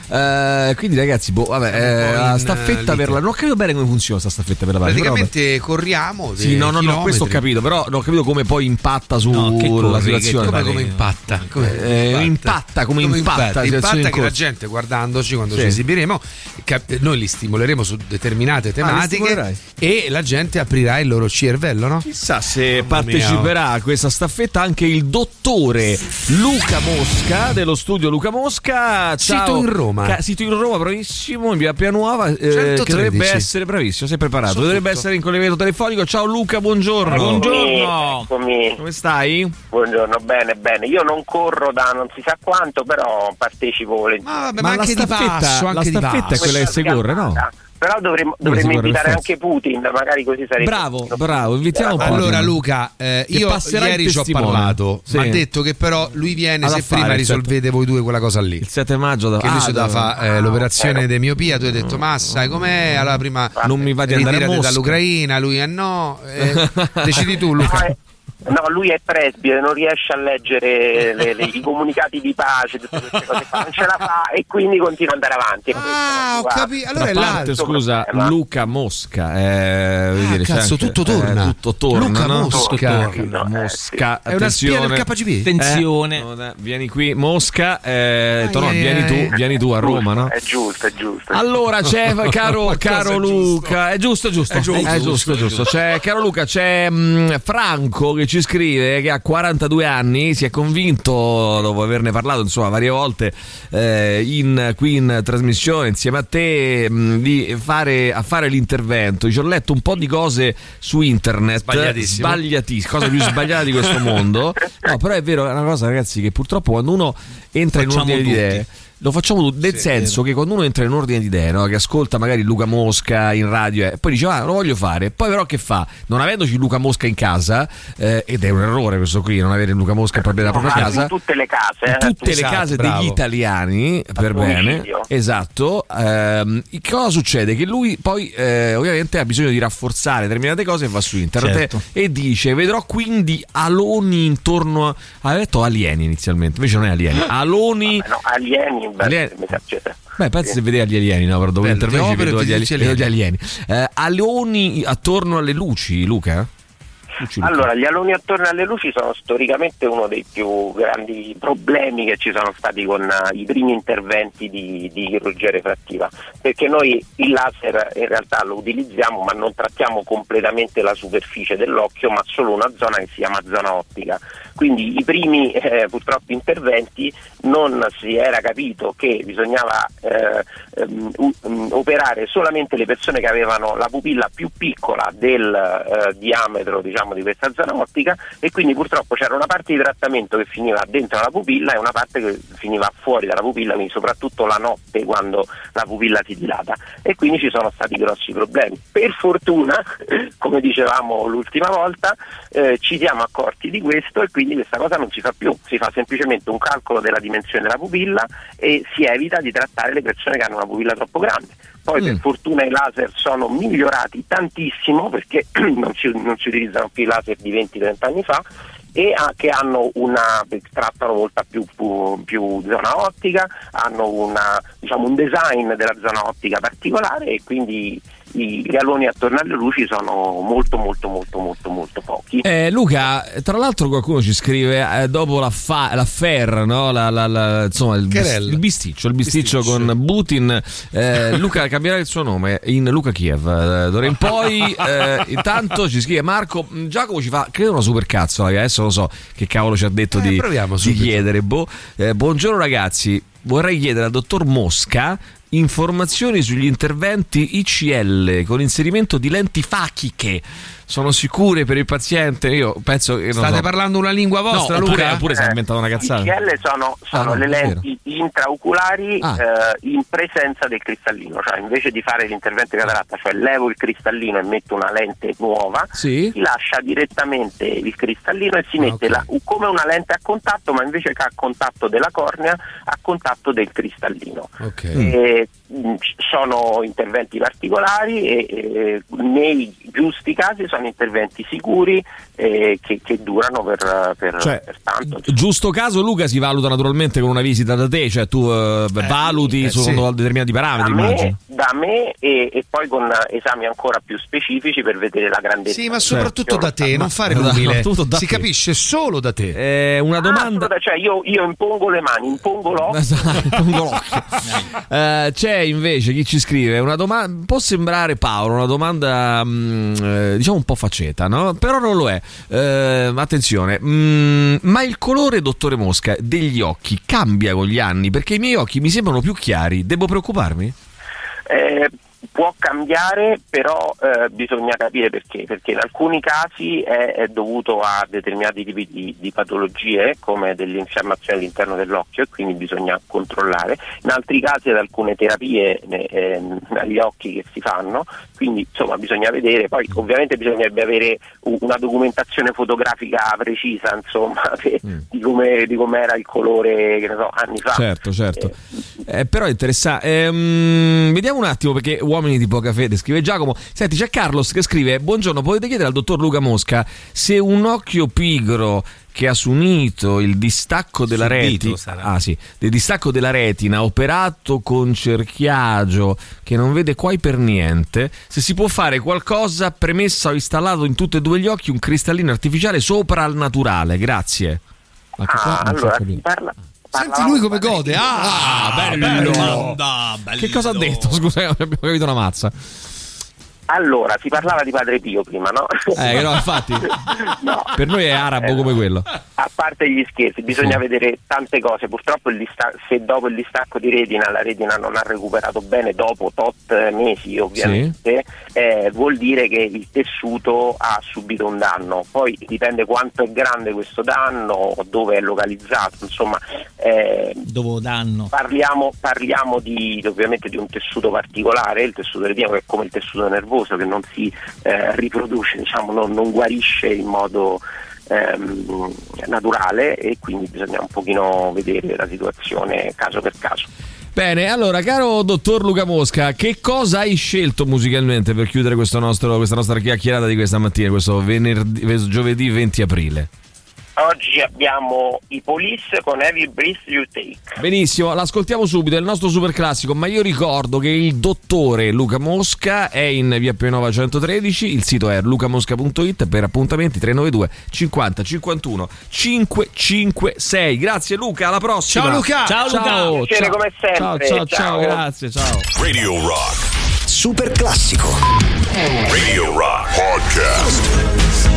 Eh, quindi ragazzi, boh, vabbè, eh, la staffetta per la... Non ho capito bene come funziona sta staffetta per la pace. Praticamente corriamo. Sì, no, no, no, questo ho capito, però non ho capito come poi impatta sulla no, situazione. Come, come impatta? Come eh, impatta, come, come impatta. Impatta, impatta che la gente guardandoci quando sì. ci esibiremo, cap- noi li stimoleremo su determinate tematiche ah, e la gente aprirà il loro cervello, no? Chissà se Mamma parteciperà mia. a questa staffetta anche il dottore Luca Mosca dello studio Luca Mosca. Ciao. Sito in Roma. Ca- sito in Roma, bravissimo, in via Pianuova, eh, che dovrebbe essere bravissimo, sei preparato, so dovrebbe tutto. essere in collegamento telefonico. Ciao Luca, buongiorno. Buongiorno. Eccomi. Come stai? Buongiorno, bene, bene. Io non corro da non si sa quanto, però partecipo volentieri. Ma, vabbè, ma, ma anche la staffetta, di passo, anche la staffetta di è quella che si corre, no? Però dovremmo, dovremmo invitare anche Putin, magari così sarebbe. Bravo, bravo, invitiamo Putin. Allora Luca, eh, io ieri ci ho parlato, sì. mi ha detto che però lui viene Alla se prima risolvete voi due quella cosa lì. Il sette maggio da... Che lui ah, si doveva fare eh, l'operazione eh. di miopia, tu hai detto ma sai com'è? Allora prima non mi va di andare a Mosca dall'Ucraina, lui eh no, eh, decidi tu Luca. No, lui è presbite, non riesce a leggere le, le, i comunicati di pace, tutte queste cose qua, non ce la fa e quindi continua ad andare avanti. Ah, ho capito. Allora è parte, scusa, problema. Luca Mosca. Eh, ah, dire, cazzo, anche, tutto torna. Eh, tutto torna. Luca no? Mosca. Tutto torna. Mosca. È una spia del K G B. Attenzione. Eh, vieni qui, Mosca. Eh, ah, no, yeah, vieni tu, yeah. vieni tu a Roma, no? È giusto, è giusto. Allora c'è, caro, caro Luca. È giusto, è giusto. È giusto, è giusto, è giusto. C'è, caro Luca, c'è mh, Franco che ci scrive che ha quarantadue anni, si è convinto dopo averne parlato insomma varie volte eh, in, qui in trasmissione insieme a te mh, di fare, a fare l'intervento. Ci ho letto un po' di cose su internet sbagliatissimo, sbagliatissime, cosa più sbagliata di questo mondo. No, però è vero, è una cosa ragazzi che purtroppo quando uno entra Facciamo in un ordine di idee lo facciamo tutti, nel sì, senso che quando uno entra in un ordine di idee, no? Che ascolta magari Luca Mosca in radio e eh, poi dice ah, lo voglio fare, poi però che fa? Non avendoci Luca Mosca in casa, eh, ed è un errore questo qui, non avere Luca Mosca proprio nella propria casa, in tutte le case, in tutte esatto, le case bravo. degli italiani, per bene, esatto. Ehm, cosa succede? Che lui poi eh, ovviamente ha bisogno di rafforzare determinate cose e va su internet certo. e dice vedrò quindi aloni intorno a... aveva detto alieni inizialmente, invece non è alieni, aloni Vabbè, no, alieni Alieni. Beh, pensi se vedere gli alieni, no? Dopo l'intervento vedo gli alieni. Vedo gli alieni. Eh, aloni attorno alle luci, Luca? Luci, Luca? Allora, gli aloni attorno alle luci sono storicamente uno dei più grandi problemi che ci sono stati con uh, i primi interventi di, di chirurgia refrattiva, perché noi il laser in realtà lo utilizziamo ma non trattiamo completamente la superficie dell'occhio, ma solo una zona che si chiama zona ottica. Quindi i primi eh, purtroppo interventi non si era capito che bisognava eh, um, um, operare solamente le persone che avevano la pupilla più piccola del eh, diametro, diciamo, di questa zona ottica, e quindi purtroppo c'era una parte di trattamento che finiva dentro la pupilla e una parte che finiva fuori dalla pupilla, quindi soprattutto la notte quando la pupilla si dilata, e quindi ci sono stati grossi problemi. Per fortuna, come dicevamo l'ultima volta, eh, ci siamo accorti di questo e quindi questa cosa non si fa più, si fa semplicemente un calcolo della dimensione della pupilla e si evita di trattare le persone che hanno una pupilla troppo grande. Poi mm. per fortuna i laser sono migliorati tantissimo, perché non si, non si utilizzano più i laser di venti trenta anni fa, e a, che hanno una trattano molta più, più, più zona ottica, hanno una, diciamo, un design della zona ottica particolare, e quindi i aloni attorno alle luci sono molto molto molto molto molto pochi. Eh, Luca, tra l'altro qualcuno ci scrive eh, dopo la fa, l'affair, no? la, la, la, insomma il, bis, il bisticcio il bisticcio, bisticcio. con Putin, eh, Luca cambierà il suo nome in Luca Kiev eh, d'ora in poi. Eh, intanto ci scrive Marco Giacomo, ci fa credo una super cazzo, adesso lo so che cavolo ci ha detto eh, di, di chiedere boh. eh, buongiorno ragazzi, vorrei chiedere al dottor Mosca informazioni sugli interventi I C L con inserimento di lenti fachiche. Sono sicure per il paziente? Io penso che non state so. parlando una lingua vostra, no, Luca? Oppure, oppure si è inventato una cazzata. I C L sono, sono ah, no, le lenti intraoculari ah. eh, in presenza del cristallino, cioè invece di fare l'intervento di cataratta, cioè levo il cristallino e metto una lente nuova, sì. si lascia direttamente il cristallino e si mette okay. la, come una lente a contatto, ma invece che a contatto della cornea, a contatto del cristallino. Okay. E, sono interventi particolari e, e nei giusti casi sono interventi sicuri eh, che, che durano per, per, cioè, per tanto. Giusto caso, Luca, si valuta naturalmente con una visita da te, cioè tu eh, valuti eh, secondo sì. determinati parametri, da immagino. me, da me e, e poi con esami ancora più specifici per vedere la grandezza. Sì, ma soprattutto da te, non fare l'umile. Da si te. capisce solo da te. Eh, una domanda. Ah, cioè io, io impongo le mani, impongo l'occhio. Esatto, impongo l'occhio. Eh, c'è invece chi ci scrive una domanda, può sembrare Paolo una domanda mh, eh, diciamo un po' facceta, no? Però non lo è. Eh, attenzione, mh, ma il colore, dottore Mosca, degli occhi cambia con gli anni? Perché i miei occhi mi sembrano più chiari, devo preoccuparmi? Eh, può cambiare, però eh, bisogna capire perché, perché in alcuni casi è, è dovuto a determinati tipi di, di patologie come delle infiammazioni all'interno dell'occhio e quindi bisogna controllare, in altri casi ad alcune terapie eh, agli occhi che si fanno, quindi insomma bisogna vedere, poi ovviamente bisognerebbe avere una documentazione fotografica precisa insomma per, mm. di come di come era il colore, che ne so, anni fa. Certo, certo. Eh, eh, però è interessante. Ehm, vediamo un attimo, perché uomini di poca fede, scrive Giacomo. Senti, c'è Carlos che scrive: buongiorno, potete chiedere al dottor Luca Mosca se un occhio pigro che ha s'unito il distacco della retina, ah sì, del distacco della retina operato con cerchiaggio che non vede quasi per niente, se si può fare qualcosa, premessa, ho installato in tutti e due gli occhi un cristallino artificiale sopra al naturale, grazie. Ma che ah, allora si parla Senti lui come gode. Ah, ah bello, bello. Domanda, bello. Che cosa ha detto? Scusa, abbiamo capito una mazza. Allora, si parlava di Padre Pio prima, no? Eh, no, infatti. No. Per noi è arabo eh, come quello. A parte gli scherzi, bisogna sì. vedere tante cose. Purtroppo il dista- se dopo il distacco di retina la retina non ha recuperato bene dopo tot mesi, ovviamente, sì. eh, vuol dire che il tessuto ha subito un danno. Poi dipende quanto è grande questo danno, dove è localizzato, insomma. Eh, dove danno? Parliamo, parliamo di ovviamente di un tessuto particolare, il tessuto retinico, che è come il tessuto nervoso, che non si eh, riproduce, diciamo, non, non guarisce in modo ehm, naturale, e quindi bisogna un pochino vedere la situazione caso per caso. Bene, allora, caro dottor Luca Mosca, che cosa hai scelto musicalmente per chiudere questo nostro, questa nostra chiacchierata di questa mattina, questo venerdì, giovedì venti aprile? Oggi abbiamo i Police con Every Breath You Take. Benissimo, l'ascoltiamo subito, è il nostro super classico, ma io ricordo che il dottore Luca Mosca è in via Pianova centotredici, il sito è lucamosca punto it, per appuntamenti tre nove due cinquanta cinquantuno cinquecentocinquantasei. Grazie Luca, alla prossima. Ciao Luca. Ciao Luca. Ciao, ciao. Come sempre. Ciao, ciao, ciao, ciao, grazie, ciao. Radio Rock. Super classico. Radio Rock Podcast.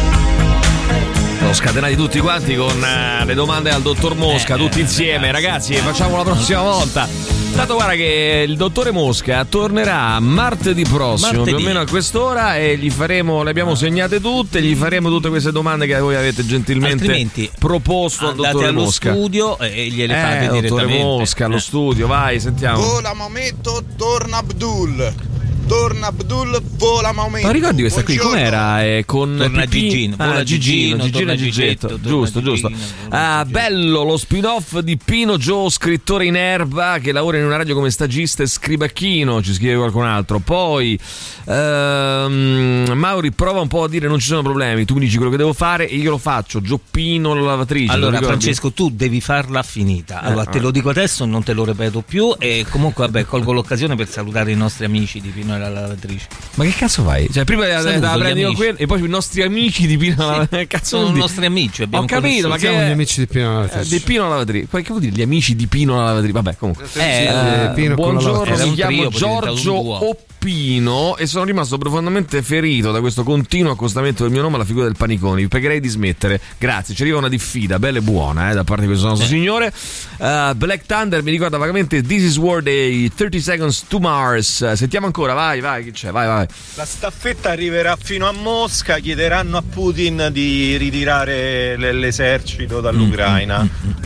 Scatenati tutti quanti con uh, le domande al dottor Mosca, eh, tutti insieme, ragazzi, facciamo la prossima volta. Tanto guarda che il dottore Mosca tornerà martedì prossimo, martedì. più o meno a quest'ora, e gli faremo, le abbiamo segnate tutte, gli faremo tutte queste domande che voi avete gentilmente altrimenti proposto al dottore allo Mosca. Studio e gliele eh, fate direttamente. Dottore Mosca allo eh. studio, vai, sentiamo. Vola Maometto, torna Abdul. Torna Abdul, vola Maometto. Ma ricordi questa Buongiorno. qui com'era? Eh, con torna Pipì? Gigino, ah, vola Gigino, Gigino, Gigino e Gigetto, Gigetto, giusto, Gigino, giusto. Ah, bello lo spin-off di Pino Gio, scrittore in erba che lavora in una radio come stagista e scribacchino, ci scrive qualcun altro. Poi ehm, Mauri prova un po' a dire non ci sono problemi, tu mi dici quello che devo fare e io lo faccio. Gioppino la lavatrice. Allora Francesco, tu devi farla finita. Allora eh, te lo dico adesso, non te lo ripeto più, e comunque vabbè, colgo l'occasione per salutare i nostri amici di Pino e la lavatrice. Ma che cazzo fai? Cioè, prima Saluto da prendere quello e poi i nostri amici di Pino sì, cazzo sono i nostri amici. Ho capito, ma che siamo gli amici di Pino la lavatrice? Di Pino la lavatrice. Che vuol dire gli amici di Pino la lavatrice? Vabbè, comunque. Eh, eh, Pino buongiorno, mi chiamo trio, Giorgio Oppino e sono rimasto profondamente ferito da questo continuo accostamento del mio nome alla figura del Paniconi. Vi pregherei di smettere. Grazie, ci arriva una diffida bella e buona eh, da parte di questo nostro eh. signore. Uh, Black Thunder mi ricorda vagamente This Is War Day, thirty Seconds to Mars. Sentiamo ancora, vai, vai, chi c'è? Vai, vai. La staffetta arriverà fino a Mosca, chiederanno a Putin di ritirare l- l'esercito dall'Ucraina.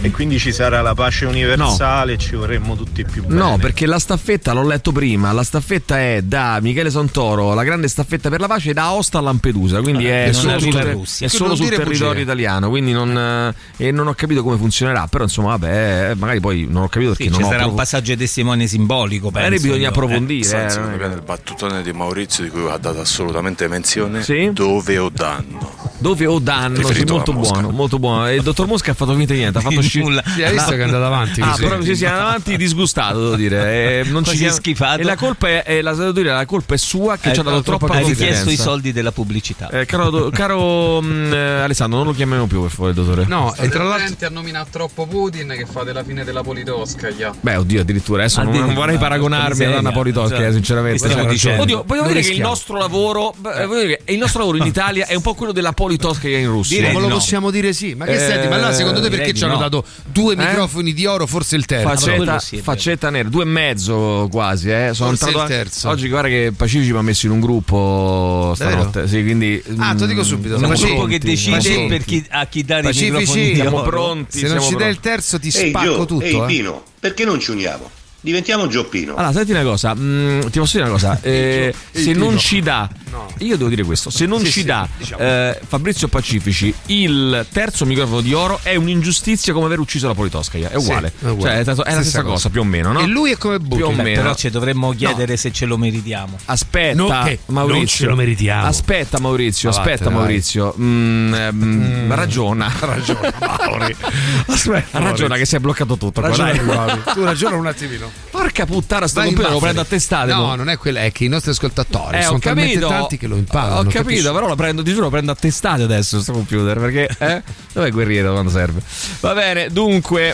E quindi ci sarà la pace universale, no. Ci vorremmo tutti più bene. No, perché la staffetta, l'ho letto prima, la staffetta è da Michele Santoro, la grande staffetta per la pace, da Aosta a Lampedusa, quindi eh, è solo sul, ter- Russia. è solo sul territorio bugie. italiano, quindi non, eh, e non ho capito come funzionerà, però insomma vabbè, magari poi non ho capito perché sì, non ci ho sarà provo- un passaggio di testimone simbolico, magari penso bisogna io. approfondire. Eh, eh, secondo me nel battutone di Maurizio di cui ha dato assolutamente menzione, sì? dove o danno. Dove o danno, sì, molto buono, molto buono. E il dottor Mosca ha fatto finta di niente, ha fatto sci- sì, hai visto che è andato avanti. Ah, però sì, sì, è andato avanti disgustato, devo dire. E non ci si è schifato. E la colpa è, è la, devo dire, la colpa è sua che eh, ci ha dato troppa confidenza. Hai richiesto i soldi della pubblicità. Eh, caro caro mh, Alessandro, non lo chiamiamo più per favore, dottore. No, e tra l'altro a nominare troppo Putin che fate la fine della Politkovskaja. Beh, oddio, addirittura adesso non, non vorrei paragonarmi ad Anna Politkovskaja, cioè, sinceramente. Oddio, voglio dire che il nostro lavoro, eh, voglio dire, il nostro lavoro in Italia è un po' quello della Politkovskaja in Russia. Direi, ma lo no. possiamo dire sì. Ma che eh, senti, ma allora secondo te perché ci hanno no. dato due microfoni eh? di oro, forse il terzo? Faccetta, sì, faccetta nera, due e mezzo quasi, eh. Sono forse entrato il terzo. Oggi guarda che Pacifici mi ha messo in un gruppo stanotte, sì, quindi ah, te lo dico subito. Un gruppo che decide per chi, a chi dare i microfoni di siamo oro. pronti. Se non ci pronti. dai il terzo ti Ehi, spacco Gio, tutto. Ehi eh. Pino, perché non ci uniamo? Diventiamo Gioppino. Allora, senti una cosa, mh, ti posso dire una cosa, eh, Ehi, se Pino. non ci dà, no. io devo dire questo, se non sì, ci sì, dà diciamo. eh, Fabrizio Pacifici il terzo microfono di oro è un'ingiustizia come aver ucciso la Politkovskaja, è uguale, sì, è, uguale. Cioè, è, stato, è la stessa cosa. cosa più o meno, no? E lui è come Butti. Più o Beh, meno. Però ci dovremmo chiedere no. se ce lo meritiamo. Aspetta, no, okay. Maurizio, non ce lo meritiamo. Aspetta Maurizio, Ma aspetta vattene, Maurizio, mm, mm, mm. ragiona, ragiona, Mauri. Aspetta, ragiona che si è bloccato tutto. Ragiona, Mauri. Tu ragiona un attimino. Porca puttana, sto computer lo prendo a testate. No, mo. non è quello, è che i nostri ascoltatori eh, sono talmente tanti che lo imparano. Ho capito, capisci? però lo prendo, ti giuro, lo prendo a testate adesso sto computer, perché eh? Dov'è Guerriero quando serve? Va bene, dunque,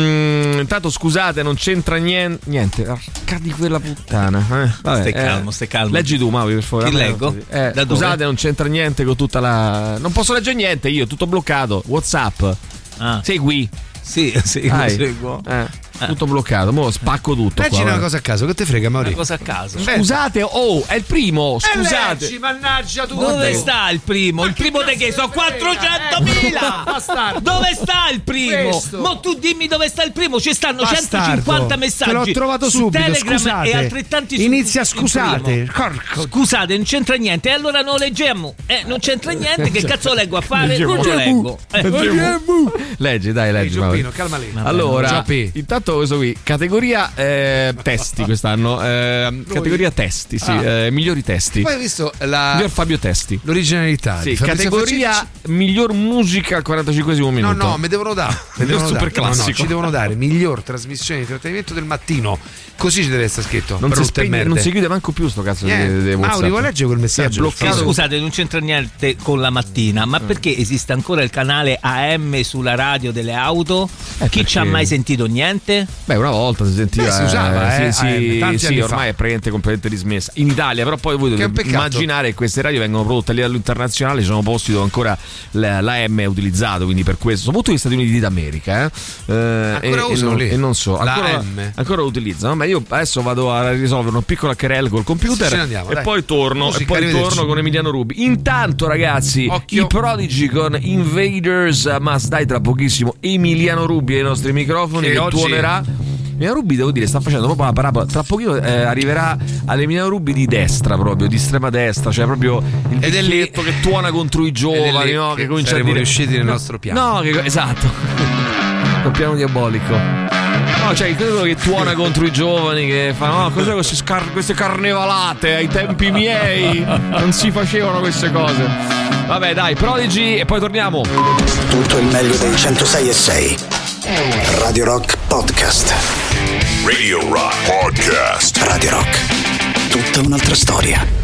mh, intanto scusate, non c'entra niente. Niente, porca di quella puttana. Eh, vabbè, stai eh, calmo, stai calmo. Leggi tu, Mauri, per favore. Ti leggo? Eh, da scusate, dove? non c'entra niente con tutta la. Non posso leggere niente io, tutto bloccato. WhatsApp. Ah. Segui. Sì, sì, lo seguo. Eh. Tutto bloccato, mo spacco tutto. Leggi qua, una cosa a caso, che te frega, Mauri? Una cosa a caso. Scusate, oh, è il primo. Scusate. Eh, leggi, mannaggia tu. Dove sta il primo? Il primo di che? Sono quattrocentomila. Bastardo. Dove sta il primo? Questo. Mo tu dimmi dove sta il primo. Ci stanno Bastardo. centocinquanta messaggi. Te l'ho trovato su subito, Telegram scusate. e altrettanti su Inizia, scusate. Scusate, non c'entra niente. E allora non lo leggiamo. Eh, non c'entra niente. Che cazzo leggo a fare? Leggiamo. Non lo leggo. Eh. Leggi, dai, leggi. Ehi, Gioppino, calma lì. Allora, intanto questo qui, categoria eh, testi quest'anno. Eh, categoria testi, sì, ah. eh, migliori testi. Poi hai visto la miglior Fabio Testi. L'originalità. Sì, categoria Pacifici. Miglior musica al quarantacinquesimo minuto. No, no, mi devono dare. Mi miglior devono super dare. classico. No, no, ci devono dare miglior trasmissione di intrattenimento del mattino. Così ci deve essere scritto. Non si, spegne, non si chiude manco più sto cazzo yeah. di, di Mauri, vuoi leggere quel messaggio? Sì, scusate, non c'entra niente con la mattina, ma perché esiste ancora il canale A M sulla radio delle auto? Eh, Chi ci ha mai sentito niente? Beh, una volta si sentiva. Beh, si usava, eh, sì, A M, sì, sì ormai fa. È praticamente completamente dismessa in Italia, però poi voi dovete immaginare che queste radio vengono prodotte a livello internazionale, ci sono posti dove ancora l'A M è utilizzato, quindi per questo, soprattutto negli Stati Uniti d'America, eh, ancora e, usano e, lì e non so, ancora, ancora lo utilizzano, ma io adesso vado a risolvere un piccolo querel col computer andiamo, e dai. poi torno Musica, e poi torno con Emiliano Rubi. Intanto ragazzi, Occhio. I Prodigy con Invaders, ma dai, tra pochissimo Emiliano Rubi ai nostri microfoni che, che oggi... tuonerà. Emiliano Rubi, devo dire, sta facendo proprio una parabola. Tra pochino eh, arriverà all'Emiliano Rubi di destra, proprio di estrema destra, cioè proprio il vecchietto che tuona contro i giovani, no? Che, che comincia a dire riusciti nel nostro piano. No, che, esatto. Col piano diabolico. No, cioè quello che tuona contro i giovani, che fanno no, cos'è queste, scar- queste carnevalate ai tempi miei non si facevano queste cose. Vabbè dai, Prodigy e poi torniamo. Tutto il meglio dei centosei e sei Radio Rock Podcast. Radio Rock Podcast. Radio Rock, tutta un'altra storia.